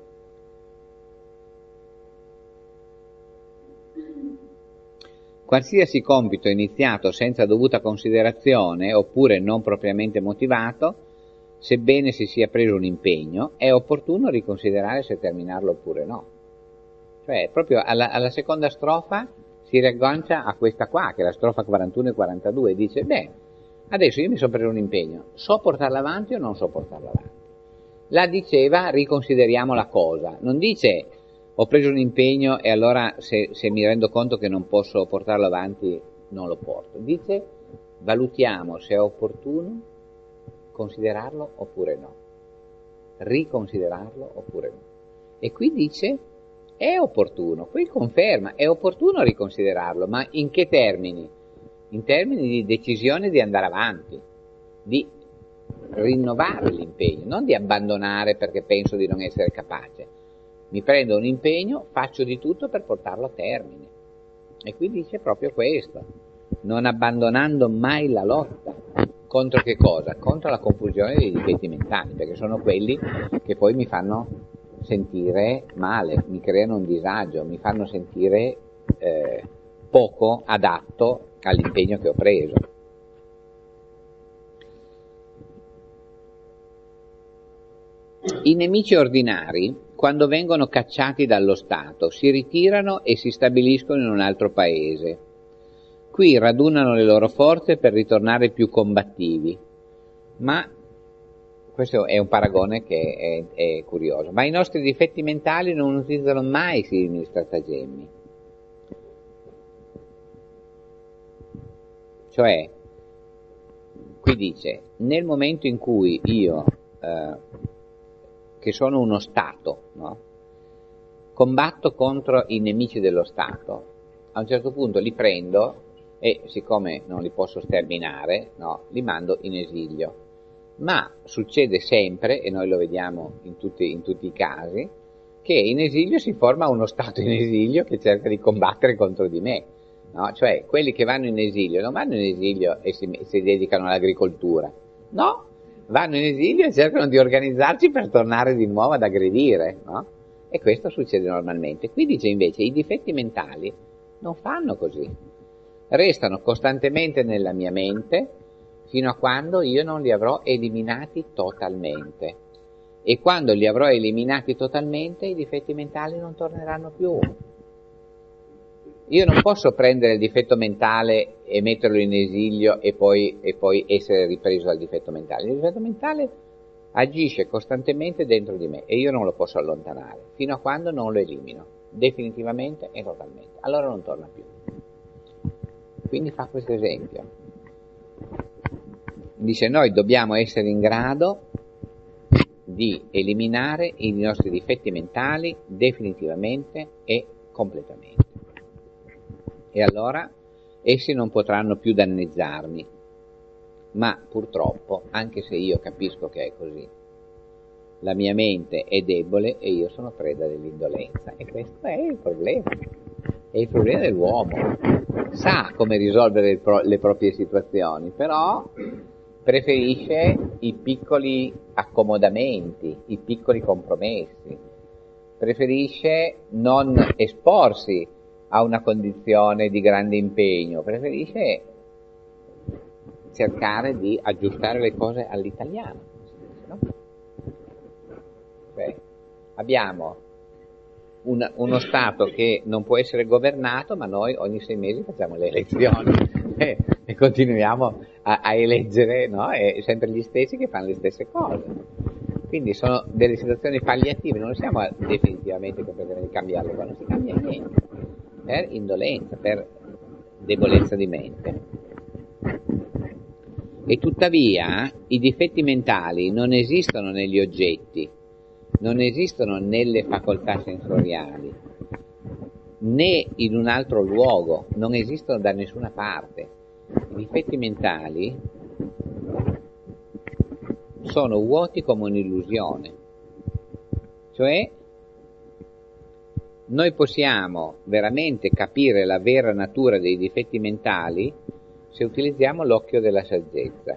qualsiasi compito iniziato senza dovuta considerazione oppure non propriamente motivato, sebbene si sia preso un impegno, è opportuno riconsiderare se terminarlo oppure no. Cioè, proprio alla, alla seconda strofa si riaggancia a questa qua, che è la strofa quarantuno e quarantadue, e dice, beh, adesso io mi sono preso un impegno, so portarla avanti o non so portarla avanti? La diceva, riconsideriamo la cosa, non dice, ho preso un impegno e allora se, se mi rendo conto che non posso portarlo avanti, non lo porto. Dice, valutiamo se è opportuno considerarlo oppure no, riconsiderarlo oppure no. E qui dice, è opportuno, qui conferma, è opportuno riconsiderarlo, ma in che termini? In termini di decisione di andare avanti, di rinnovare l'impegno, non di abbandonare perché penso di non essere capace. Mi prendo un impegno, faccio di tutto per portarlo a termine. E qui dice proprio questo, non abbandonando mai la lotta. Contro che cosa? Contro la confusione dei difetti mentali, perché sono quelli che poi mi fanno sentire male, mi creano un disagio, mi fanno sentire eh, poco adatto all'impegno che ho preso. I nemici ordinari, quando vengono cacciati dallo Stato, si ritirano e si stabiliscono in un altro paese. Qui radunano le loro forze per ritornare più combattivi, ma questo è un paragone che è, è curioso, ma i nostri difetti mentali non utilizzano mai simili stratagemmi. Cioè, qui dice, nel momento in cui io, eh, che sono uno Stato, no? combatto contro i nemici dello Stato, a un certo punto li prendo e siccome non li posso sterminare, no, li mando in esilio. Ma succede sempre, e noi lo vediamo in tutti, in tutti i casi, che in esilio si forma uno Stato in esilio che cerca di combattere contro di me. No? Cioè, quelli che vanno in esilio non vanno in esilio e si, si dedicano all'agricoltura. No, vanno in esilio e cercano di organizzarci per tornare di nuovo ad aggredire. No? E questo succede normalmente. Qui dice invece, i difetti mentali non fanno così. Restano costantemente nella mia mente fino a quando io non li avrò eliminati totalmente. E quando li avrò eliminati totalmente, i difetti mentali non torneranno più. Io non posso prendere il difetto mentale e metterlo in esilio e poi, e poi essere ripreso dal difetto mentale. Il difetto mentale agisce costantemente dentro di me e io non lo posso allontanare, fino a quando non lo elimino, definitivamente e totalmente. Allora non torna più. Quindi fa questo esempio. Dice, noi dobbiamo essere in grado di eliminare i nostri difetti mentali definitivamente e completamente. E allora essi non potranno più danneggiarmi. Ma purtroppo, anche se io capisco che è così, la mia mente è debole e io sono preda dell'indolenza. E questo è il problema. È il problema dell'uomo. Sa come risolvere pro- le proprie situazioni, però preferisce i piccoli accomodamenti, i piccoli compromessi, preferisce non esporsi a una condizione di grande impegno, preferisce cercare di aggiustare le cose all'italiano, no? Cioè, abbiamo un, uno Stato che non può essere governato, ma noi ogni sei mesi facciamo le elezioni e, e continuiamo a, a eleggere, no? E sempre gli stessi che fanno le stesse cose. Quindi sono delle situazioni palliative, non siamo definitivamente completamente cambiarle, ma non si cambia niente, per indolenza, per debolezza di mente. E tuttavia i difetti mentali non esistono negli oggetti, non esistono nelle facoltà sensoriali, né in un altro luogo, non esistono da nessuna parte. I difetti mentali sono vuoti come un'illusione, cioè noi possiamo veramente capire la vera natura dei difetti mentali se utilizziamo l'occhio della saggezza.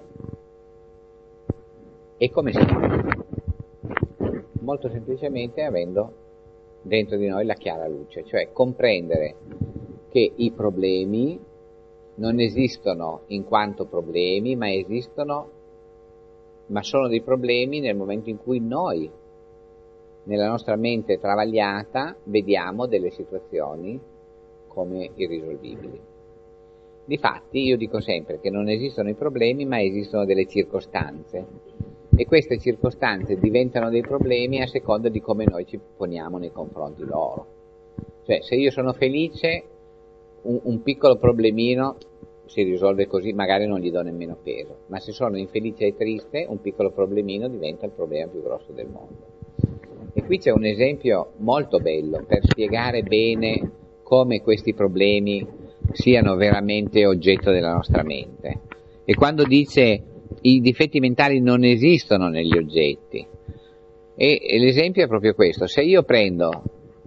E come si fa? Molto semplicemente avendo dentro di noi la chiara luce, cioè comprendere che i problemi non esistono in quanto problemi, ma esistono, ma sono dei problemi nel momento in cui noi, nella nostra mente travagliata, vediamo delle situazioni come irrisolvibili. Difatti io dico sempre che non esistono i problemi, ma esistono delle circostanze, e queste circostanze diventano dei problemi a seconda di come noi ci poniamo nei confronti loro. Cioè, se io sono felice, un, un piccolo problemino si risolve così, magari non gli do nemmeno peso, ma se sono infelice e triste, un piccolo problemino diventa il problema più grosso del mondo. E qui c'è un esempio molto bello per spiegare bene come questi problemi siano veramente oggetto della nostra mente. E quando dice i difetti mentali non esistono negli oggetti, e, e l'esempio è proprio questo: se io prendo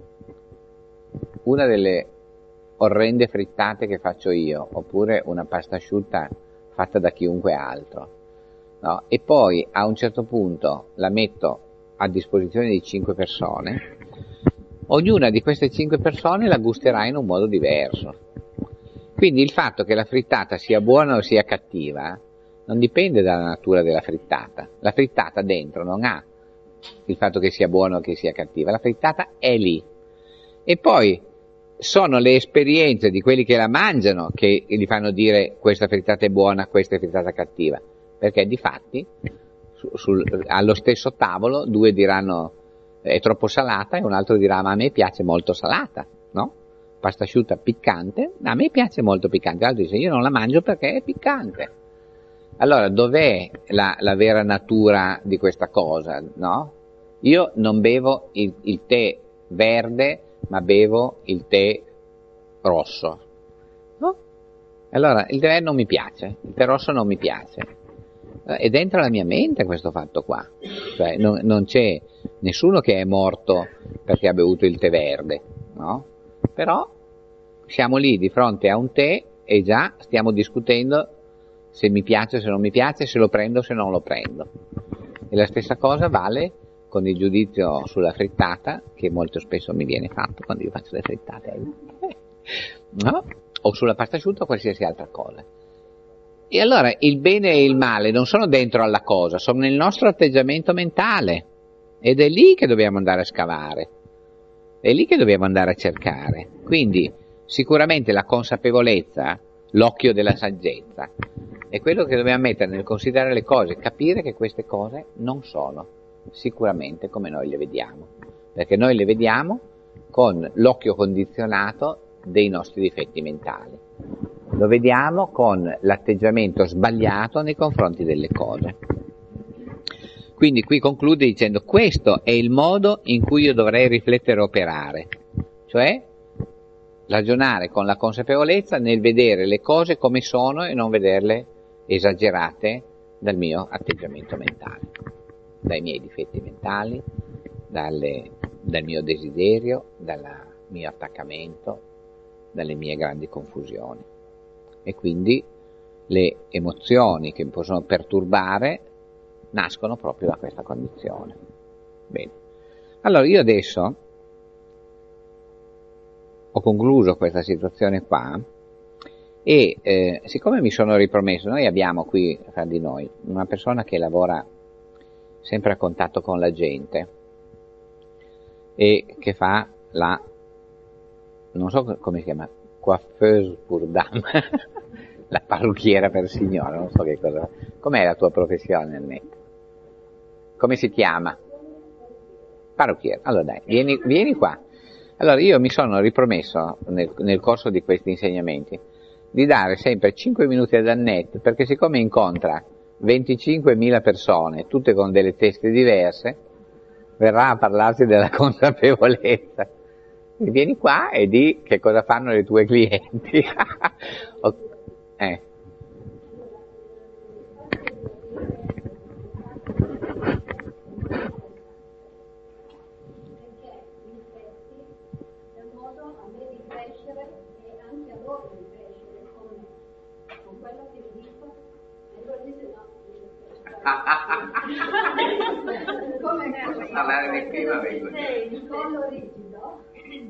una delle orrende frittate che faccio io, oppure una pasta asciutta fatta da chiunque altro, no? E poi a un certo punto la metto a disposizione di cinque persone, ognuna di queste cinque persone la gusterà in un modo diverso. Quindi il fatto che la frittata sia buona o sia cattiva non dipende dalla natura della frittata. La frittata dentro non ha il fatto che sia buona o che sia cattiva, la frittata è lì. E poi sono le esperienze di quelli che la mangiano che gli fanno dire questa frittata è buona, questa è frittata cattiva, perché difatti su, sul, allo stesso tavolo due diranno è troppo salata e un altro dirà ma a me piace molto salata, no? Pasta asciutta piccante, a me piace molto piccante, l'altro dice io non la mangio perché è piccante. Allora dov'è la, la vera natura di questa cosa, no? Io non bevo il, il tè verde, ma bevo il tè rosso, no? Allora il tè verde non mi piace, il tè rosso non mi piace. È dentro la mia mente questo fatto qua, cioè non, non c'è nessuno che è morto perché ha bevuto il tè verde, no? Però siamo lì di fronte a un tè e già stiamo discutendo se mi piace o se non mi piace, se lo prendo o se non lo prendo. E la stessa cosa vale con il giudizio sulla frittata, che molto spesso mi viene fatto quando io faccio le frittate, no? O sulla pasta asciutta o qualsiasi altra cosa. E allora il bene e il male non sono dentro alla cosa, sono nel nostro atteggiamento mentale, ed è lì che dobbiamo andare a scavare, è lì che dobbiamo andare a cercare. Quindi sicuramente la consapevolezza, l'occhio della saggezza, è quello che dobbiamo mettere nel considerare le cose, capire che queste cose non sono sicuramente come noi le vediamo, perché noi le vediamo con l'occhio condizionato dei nostri difetti mentali, lo vediamo con l'atteggiamento sbagliato nei confronti delle cose. Quindi qui conclude dicendo questo è il modo in cui io dovrei riflettere e operare, cioè ragionare con la consapevolezza nel vedere le cose come sono e non vederle esagerate dal mio atteggiamento mentale, dai miei difetti mentali, dalle, dal mio desiderio, dal mio attaccamento, dalle mie grandi confusioni. E quindi le emozioni che mi possono perturbare nascono proprio da questa condizione. Bene, allora io adesso ho concluso questa situazione qua E eh, siccome mi sono ripromesso, noi abbiamo qui fra di noi una persona che lavora sempre a contatto con la gente e che fa la, non so come si chiama, coiffeuse pour dame, la parrucchiera per signora, non so che cosa. Com'è la tua professione, Annette? Come si chiama? Parrucchiera. Allora dai, vieni, vieni qua. Allora io mi sono ripromesso nel, nel corso di questi insegnamenti di dare sempre cinque minuti ad Annette, perché siccome incontra venticinquemila persone, tutte con delle teste diverse, verrà a parlarti della consapevolezza. E vieni qua e di che cosa fanno le tue clienti. eh. Parlare di prima vengo. Il collo rigido.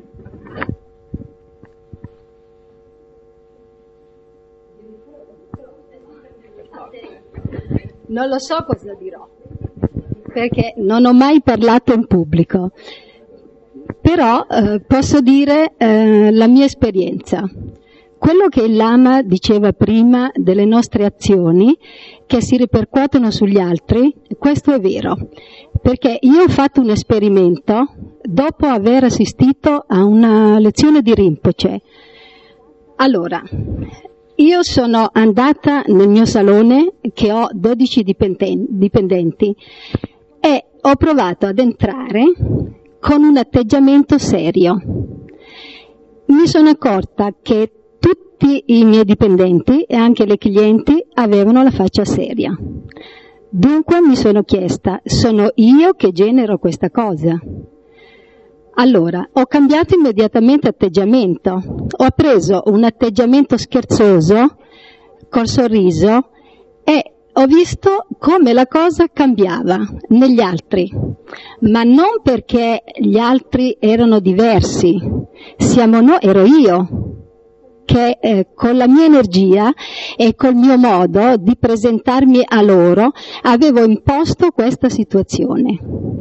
Non lo so cosa dirò, perché non ho mai parlato in pubblico, però eh, posso dire eh, la mia esperienza. Quello che il Lama diceva prima delle nostre azioni che si ripercuotono sugli altri, questo è vero, perché io ho fatto un esperimento dopo aver assistito a una lezione di Rinpoche. Allora, io sono andata nel mio salone che ho dodici dipendenti e ho provato ad entrare con un atteggiamento serio. Mi sono accorta che tutti i miei dipendenti e anche le clienti avevano la faccia seria. Dunque mi sono chiesta, sono io che genero questa cosa? Allora, ho cambiato immediatamente atteggiamento. Ho preso un atteggiamento scherzoso, col sorriso, e ho visto come la cosa cambiava negli altri. Ma non perché gli altri erano diversi, siamo no, ero io che eh, con la mia energia e col mio modo di presentarmi a loro avevo imposto questa situazione.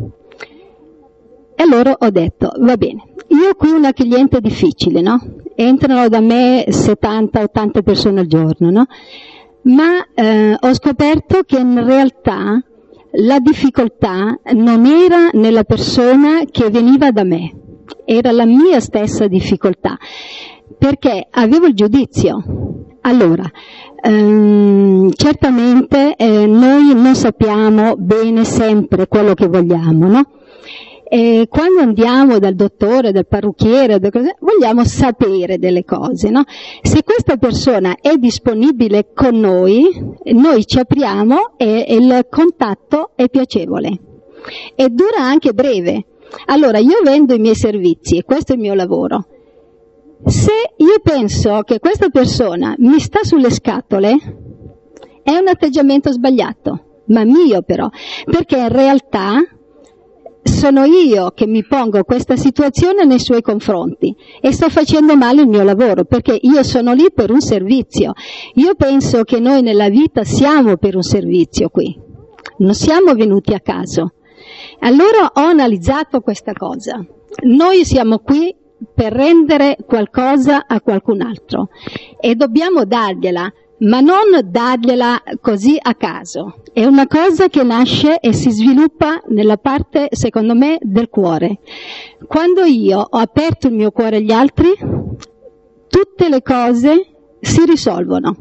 E allora ho detto, va bene, io ho qui una cliente difficile, no? Entrano da me settanta ottanta persone al giorno, no? Ma eh, ho scoperto che in realtà la difficoltà non era nella persona che veniva da me, era la mia stessa difficoltà, perché avevo il giudizio. Allora, ehm, certamente eh, noi non sappiamo bene sempre quello che vogliamo, no? E quando andiamo dal dottore, dal parrucchiere, vogliamo sapere delle cose, no? Se questa persona è disponibile con noi, noi ci apriamo e, e il contatto è piacevole e dura anche breve. Allora, io vendo i miei servizi e questo è il mio lavoro. Se io penso che questa persona mi sta sulle scatole, è un atteggiamento sbagliato, ma mio però, perché in realtà sono io che mi pongo questa situazione nei suoi confronti e sto facendo male il mio lavoro, perché io sono lì per un servizio. Io penso che noi nella vita siamo per un servizio qui, non siamo venuti a caso. Allora ho analizzato questa cosa. Noi siamo qui per rendere qualcosa a qualcun altro e dobbiamo dargliela, ma non dargliela così a caso. È una cosa che nasce e si sviluppa nella parte, secondo me, del cuore. Quando io ho aperto il mio cuore agli altri, tutte le cose si risolvono.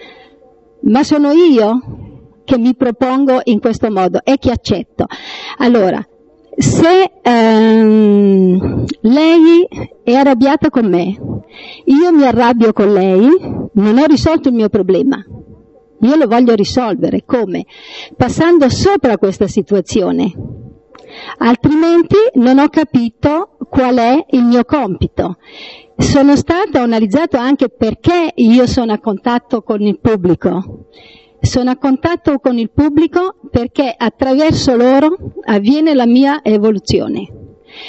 Ma sono io che mi propongo in questo modo e che accetto. Allora, se ehm, lei è arrabbiata con me, io mi arrabbio con lei, non ho risolto il mio problema. Io lo voglio risolvere. Come? Passando sopra questa situazione. Altrimenti non ho capito qual è il mio compito. Sono stata, ho analizzato anche perché io sono a contatto con il pubblico. Sono a contatto con il pubblico perché attraverso loro avviene la mia evoluzione.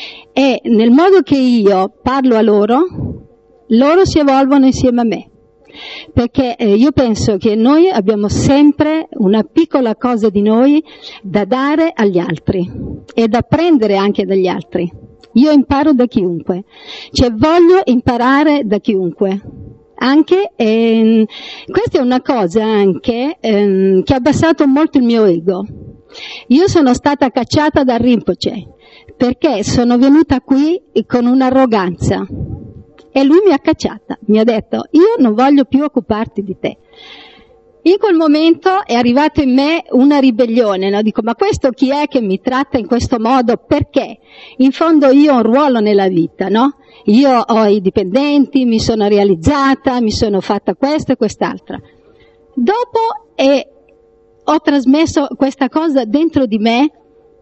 E nel modo che io parlo a loro, loro si evolvono insieme a me. Perché eh, io penso che noi abbiamo sempre una piccola cosa di noi da dare agli altri e da prendere anche dagli altri. Io imparo da chiunque, cioè voglio imparare da chiunque. Anche, ehm, questa è una cosa anche ehm, che ha abbassato molto il mio ego. Io sono stata cacciata da Rinpoche perché sono venuta qui con un'arroganza e lui mi ha cacciata, mi ha detto io non voglio più occuparti di te. In quel momento è arrivata in me una ribellione, no? Dico ma questo chi è che mi tratta in questo modo? Perché? In fondo io ho un ruolo nella vita, no? Io ho i dipendenti, mi sono realizzata, mi sono fatta questa e quest'altra. Dopo eh, ho trasmesso questa cosa dentro di me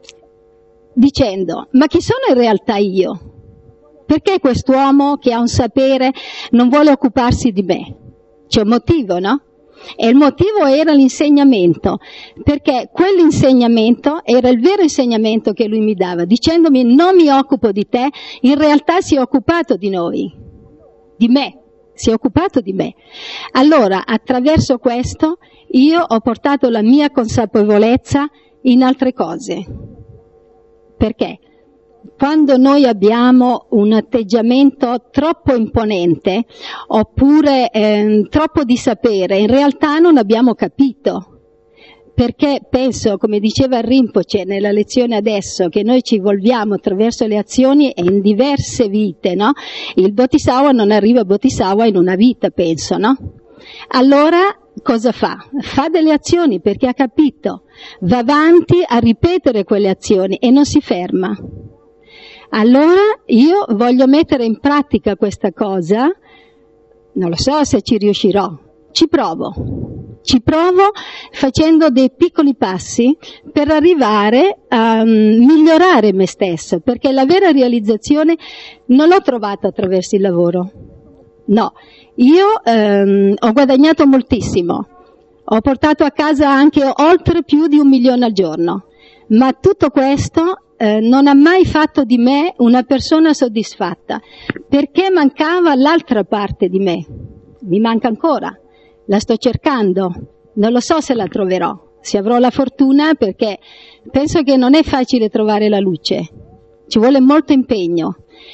dicendo ma chi sono in realtà io? Perché quest'uomo che ha un sapere non vuole occuparsi di me? C'è un motivo, no? E il motivo era l'insegnamento, perché quell'insegnamento era il vero insegnamento che lui mi dava, dicendomi non mi occupo di te, in realtà si è occupato di noi, di me, si è occupato di me. Allora, attraverso questo, io ho portato la mia consapevolezza in altre cose. Perché? Quando noi abbiamo un atteggiamento troppo imponente oppure eh, troppo di sapere, in realtà non abbiamo capito. Perché penso, come diceva Rinpoche nella lezione adesso, che noi ci evolviamo attraverso le azioni e in diverse vite, no? Il Bodhisattva non arriva a Bodhisattva in una vita, penso, no? Allora cosa fa? Fa delle azioni perché ha capito, va avanti a ripetere quelle azioni e non si ferma. Allora io voglio mettere in pratica questa cosa, non lo so se ci riuscirò, ci provo, ci provo facendo dei piccoli passi per arrivare a migliorare me stesso, perché la vera realizzazione non l'ho trovata attraverso il lavoro, no, io ehm, ho guadagnato moltissimo, ho portato a casa anche oltre più di un milione al giorno, ma tutto questo Eh, non ha mai fatto di me una persona soddisfatta, perché mancava l'altra parte di me. Mi manca ancora, la sto cercando, non lo so se la troverò, se avrò la fortuna, perché penso che non è facile trovare la luce, ci vuole molto impegno.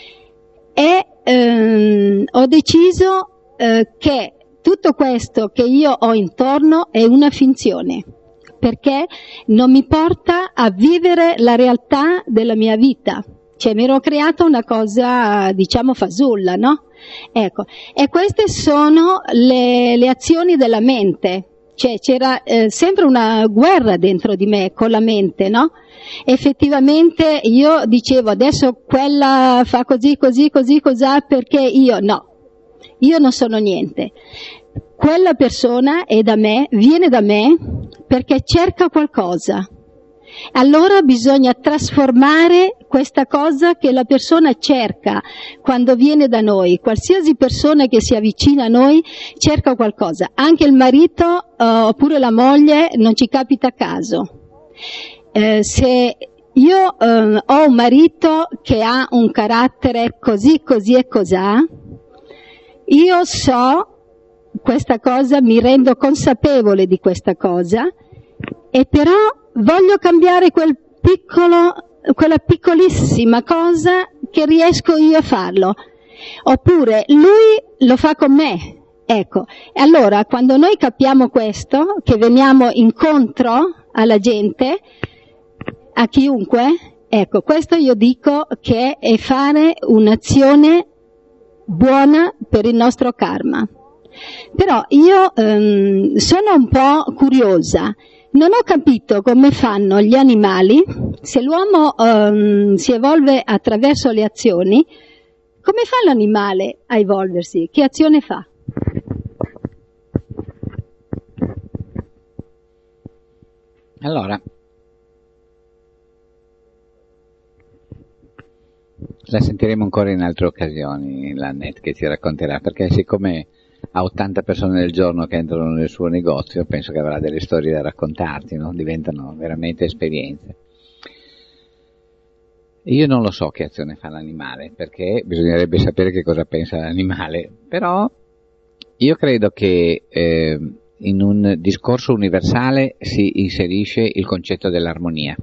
E ehm, ho deciso eh, che tutto questo che io ho intorno è una finzione, perché non mi porta a vivere la realtà della mia vita. Cioè mi ero creata una cosa, diciamo, fasulla, no? Ecco, e queste sono le, le azioni della mente. Cioè c'era eh, sempre una guerra dentro di me con la mente, no? Effettivamente io dicevo adesso quella fa così, così, così, cos'ha, perché io no. Io non sono niente. Quella persona è da me, viene da me perché cerca qualcosa. Allora bisogna trasformare questa cosa che la persona cerca quando viene da noi. Qualsiasi persona che si avvicina a noi cerca qualcosa. Anche il marito uh, oppure la moglie non ci capita a caso. Eh, se io uh, ho un marito che ha un carattere così, così e cos'ha, io so questa cosa, mi rendo consapevole di questa cosa e però voglio cambiare quel piccolo, quella piccolissima cosa che riesco io a farlo. Oppure lui lo fa con me. Ecco, e allora quando noi capiamo questo, che veniamo incontro alla gente, a chiunque, ecco, questo io dico che è fare un'azione buona per il nostro karma. Però io ehm, sono un po' curiosa, non ho capito come fanno gli animali, se l'uomo ehm, si evolve attraverso le azioni, come fa l'animale a evolversi? Che azione fa? Allora, la sentiremo ancora in altre occasioni, la Net che ci racconterà, perché siccome ha ottanta persone al giorno che entrano nel suo negozio, penso che avrà delle storie da raccontarti, no? Diventano veramente esperienze. Io non lo so che azione fa l'animale, perché bisognerebbe sapere che cosa pensa l'animale, però io credo che eh, in un discorso universale si inserisce il concetto dell'armonia.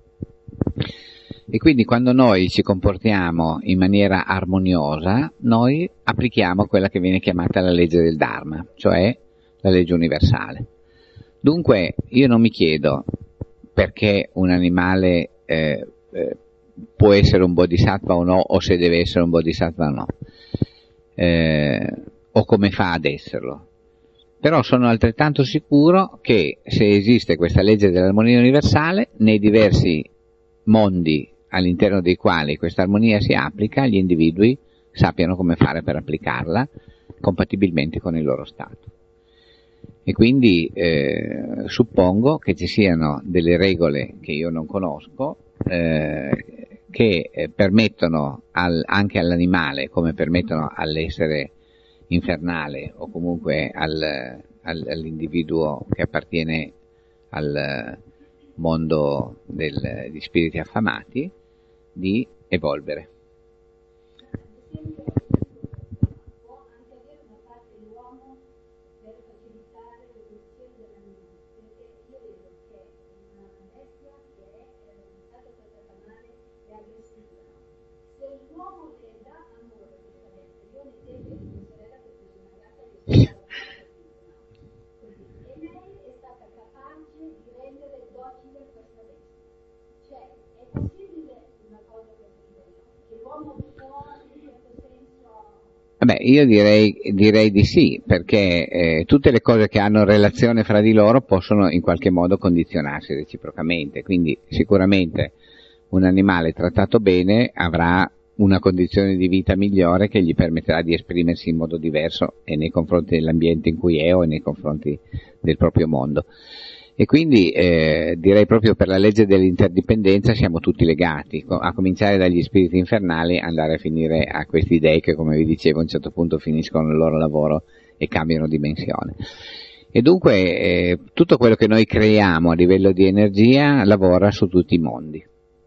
E quindi quando noi ci comportiamo in maniera armoniosa, noi applichiamo quella che viene chiamata la legge del Dharma, cioè la legge universale. Dunque io non mi chiedo perché un animale eh, eh, può essere un bodhisattva o no, o se deve essere un bodhisattva o no, eh, o come fa ad esserlo. Però sono altrettanto sicuro che se esiste questa legge dell'armonia universale, nei diversi mondi all'interno dei quali questa armonia si applica, gli individui sappiano come fare per applicarla compatibilmente con il loro stato. E quindi eh, suppongo che ci siano delle regole che io non conosco eh, che eh, permettono al, anche all'animale, come permettono all'essere infernale o comunque al, al, all'individuo che appartiene al mondo degli spiriti affamati, di evolvere. Beh, io direi, direi di sì, perché eh, tutte le cose che hanno relazione fra di loro possono in qualche modo condizionarsi reciprocamente, quindi sicuramente un animale trattato bene avrà una condizione di vita migliore che gli permetterà di esprimersi in modo diverso e nei confronti dell'ambiente in cui è o nei confronti del proprio mondo. E quindi eh, direi proprio per la legge dell'interdipendenza siamo tutti legati, a cominciare dagli spiriti infernali, andare a finire a questi dei che, come vi dicevo, a un certo punto finiscono il loro lavoro e cambiano dimensione. E dunque eh, tutto quello che noi creiamo a livello di energia lavora su tutti i mondi.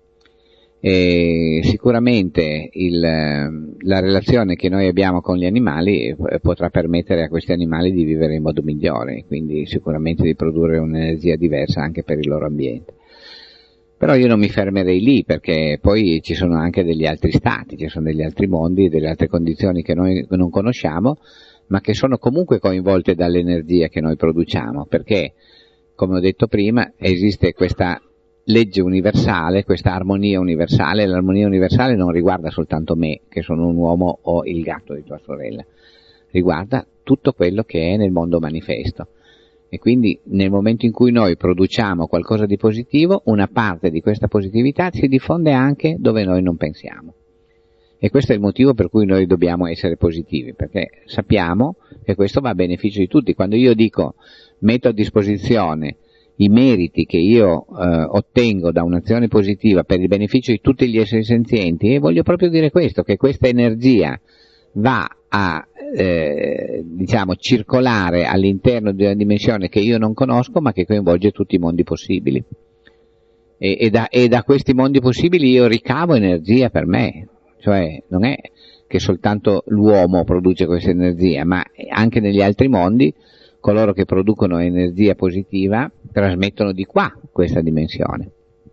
E sicuramente il, la relazione che noi abbiamo con gli animali potrà permettere a questi animali di vivere in modo migliore, quindi sicuramente di produrre un'energia diversa anche per il loro ambiente. Però io non mi fermerei lì, perché poi ci sono anche degli altri stati, ci sono degli altri mondi, delle altre condizioni che noi non conosciamo, ma che sono comunque coinvolte dall'energia che noi produciamo, perché, come ho detto prima, esiste questa legge universale, questa armonia universale. L'armonia universale non riguarda soltanto me, che sono un uomo, o il gatto di tua sorella, riguarda tutto quello che è nel mondo manifesto. E quindi nel momento in cui noi produciamo qualcosa di positivo, una parte di questa positività si diffonde anche dove noi non pensiamo. E questo è il motivo per cui noi dobbiamo essere positivi, perché sappiamo che questo va a beneficio di tutti. Quando io dico metto a disposizione i meriti che io eh, ottengo da un'azione positiva per il beneficio di tutti gli esseri senzienti, e voglio proprio dire questo, che questa energia va a eh, diciamo circolare all'interno di una dimensione che io non conosco, ma che coinvolge tutti i mondi possibili, e, e, da, e da questi mondi possibili io ricavo energia per me, cioè non è che soltanto l'uomo produce questa energia, ma anche negli altri mondi coloro che producono energia positiva trasmettono di qua questa dimensione.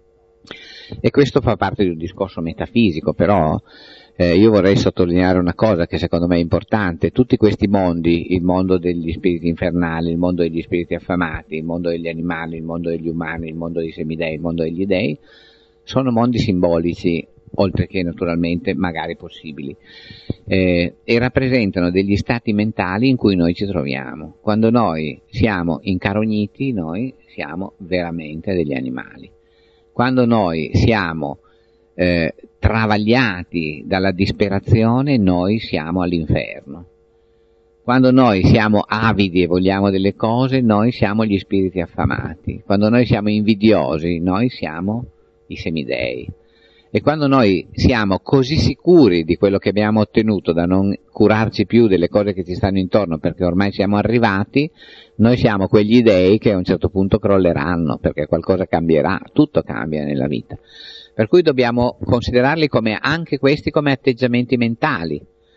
E questo fa parte di un discorso metafisico, però eh, io vorrei sottolineare una cosa che secondo me è importante. Tutti questi mondi, il mondo degli spiriti infernali, il mondo degli spiriti affamati, il mondo degli animali, il mondo degli umani, il mondo dei semidei, il mondo degli dei, sono mondi simbolici, oltre che naturalmente magari possibili, eh, e rappresentano degli stati mentali in cui noi ci troviamo. Quando noi siamo incarogniti, noi siamo veramente degli animali. Quando noi siamo eh, travagliati dalla disperazione, noi siamo all'inferno. Quando noi siamo avidi e vogliamo delle cose, noi siamo gli spiriti affamati. Quando noi siamo invidiosi, noi siamo i semidei. E quando noi siamo così sicuri di quello che abbiamo ottenuto da non curarci più delle cose che ci stanno intorno, perché ormai siamo arrivati, noi siamo quegli dei che a un certo punto crolleranno, perché qualcosa cambierà, tutto cambia nella vita. Per cui dobbiamo considerarli come anche questi come atteggiamenti mentali,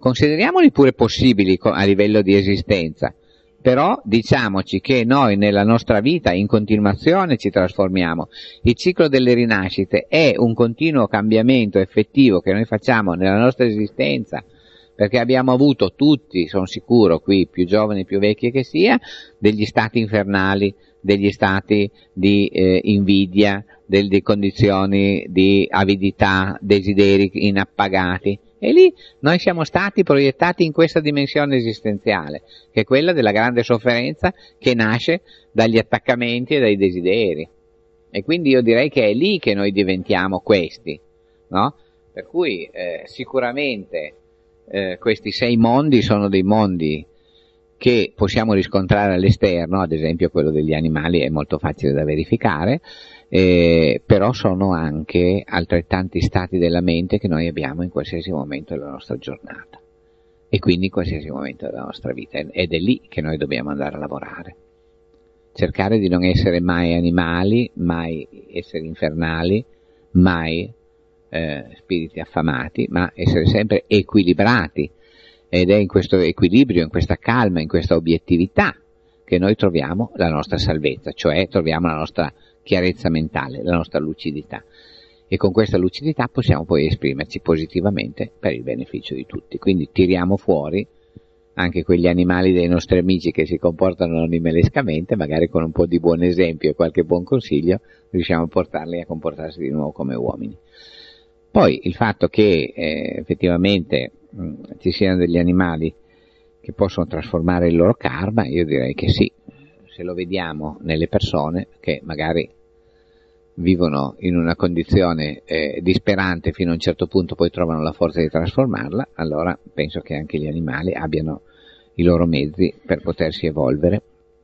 consideriamoli pure possibili a livello di esistenza, però diciamoci che noi nella nostra vita in continuazione ci trasformiamo. Il ciclo delle rinascite è un continuo cambiamento effettivo che noi facciamo nella nostra esistenza, perché abbiamo avuto tutti, sono sicuro, qui più giovani, più vecchi che sia, degli stati infernali, degli stati di eh, invidia, delle condizioni di avidità, desideri inappagati, e lì noi siamo stati proiettati in questa dimensione esistenziale, che è quella della grande sofferenza che nasce dagli attaccamenti e dai desideri. E quindi io direi che è lì che noi diventiamo questi, no? Per cui eh, sicuramente Eh, questi sei mondi sono dei mondi che possiamo riscontrare all'esterno, ad esempio quello degli animali è molto facile da verificare, eh, però sono anche altrettanti stati della mente che noi abbiamo in qualsiasi momento della nostra giornata e quindi in qualsiasi momento della nostra vita, ed è lì che noi dobbiamo andare a lavorare, cercare di non essere mai animali, mai esseri infernali, mai Eh, spiriti affamati, ma essere sempre equilibrati, ed è in questo equilibrio, in questa calma, in questa obiettività che noi troviamo la nostra salvezza, cioè troviamo la nostra chiarezza mentale, la nostra lucidità, e con questa lucidità possiamo poi esprimerci positivamente per il beneficio di tutti. Quindi tiriamo fuori anche quegli animali dei nostri amici che si comportano animalescamente, magari con un po' di buon esempio e qualche buon consiglio riusciamo a portarli a comportarsi di nuovo come uomini. Poi il fatto che eh, effettivamente mh, ci siano degli animali che possono trasformare il loro karma, io direi che sì, se lo vediamo nelle persone che magari vivono in una condizione eh, disperante fino a un certo punto, poi trovano la forza di trasformarla, allora penso che anche gli animali abbiano i loro mezzi per potersi evolvere.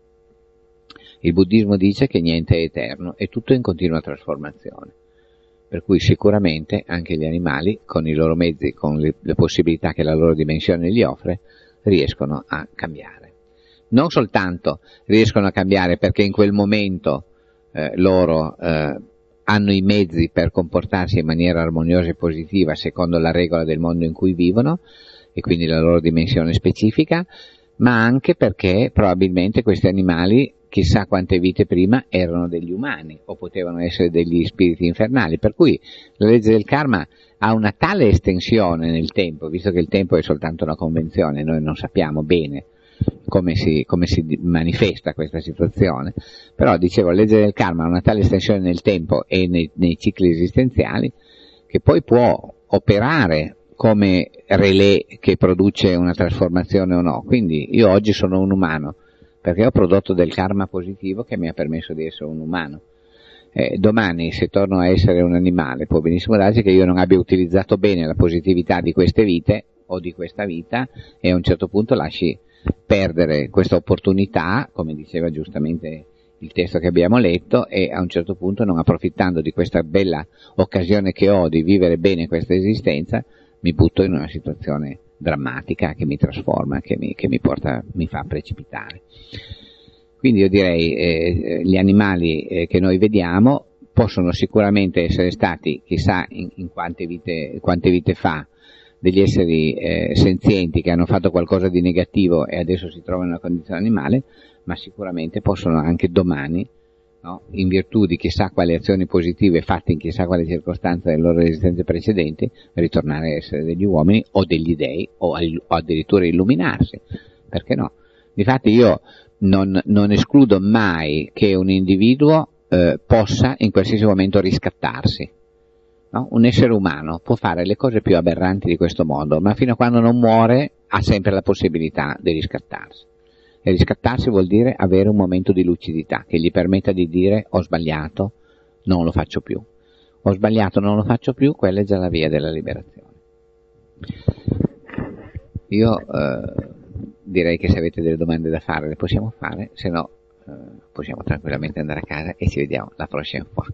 Il buddismo dice che niente è eterno e tutto è in continua trasformazione. Per cui sicuramente anche gli animali, con i loro mezzi, con le, le possibilità che la loro dimensione gli offre, riescono a cambiare. Non soltanto riescono a cambiare perché in quel momento eh, loro eh, hanno i mezzi per comportarsi in maniera armoniosa e positiva secondo la regola del mondo in cui vivono, e quindi la loro dimensione specifica, ma anche perché probabilmente questi animali chissà quante vite prima erano degli umani o potevano essere degli spiriti infernali, per cui la legge del karma ha una tale estensione nel tempo, visto che il tempo è soltanto una convenzione, noi non sappiamo bene come si, come si manifesta questa situazione, però dicevo, la legge del karma ha una tale estensione nel tempo e nei, nei cicli esistenziali che poi può operare come relè che produce una trasformazione o no. Quindi io oggi sono un umano perché ho prodotto del karma positivo che mi ha permesso di essere un umano. Eh, domani, se torno a essere un animale, può benissimo darsi che io non abbia utilizzato bene la positività di queste vite o di questa vita e a un certo punto lasci perdere questa opportunità, come diceva giustamente il testo che abbiamo letto, e a un certo punto, non approfittando di questa bella occasione che ho di vivere bene questa esistenza, mi butto in una situazione drammatica che mi trasforma, che mi, che mi porta, mi fa precipitare. Quindi io direi eh, gli animali eh, che noi vediamo possono sicuramente essere stati, chissà in, in quante vite, quante vite fa, degli esseri eh, senzienti che hanno fatto qualcosa di negativo e adesso si trovano in una condizione animale, ma sicuramente possono anche domani, no, in virtù di chissà quali azioni positive fatte in chissà quale circostanza delle loro esistenze precedenti, ritornare a essere degli uomini o degli dei o, o addirittura illuminarsi. Perché no? Difatti io non, non escludo mai che un individuo eh, possa in qualsiasi momento riscattarsi. No? Un essere umano può fare le cose più aberranti di questo mondo, ma fino a quando non muore ha sempre la possibilità di riscattarsi. E riscattarsi vuol dire avere un momento di lucidità che gli permetta di dire ho sbagliato, non lo faccio più. Ho sbagliato, non lo faccio più, quella è già la via della liberazione. Io eh, direi che se avete delle domande da fare le possiamo fare, se no eh, possiamo tranquillamente andare a casa e ci vediamo la prossima volta.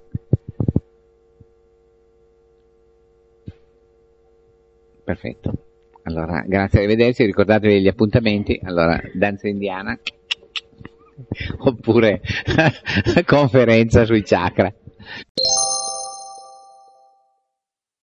Perfetto. Allora, grazie, arrivederci, ricordatevi gli appuntamenti, allora, danza indiana, oppure conferenza sui chakra.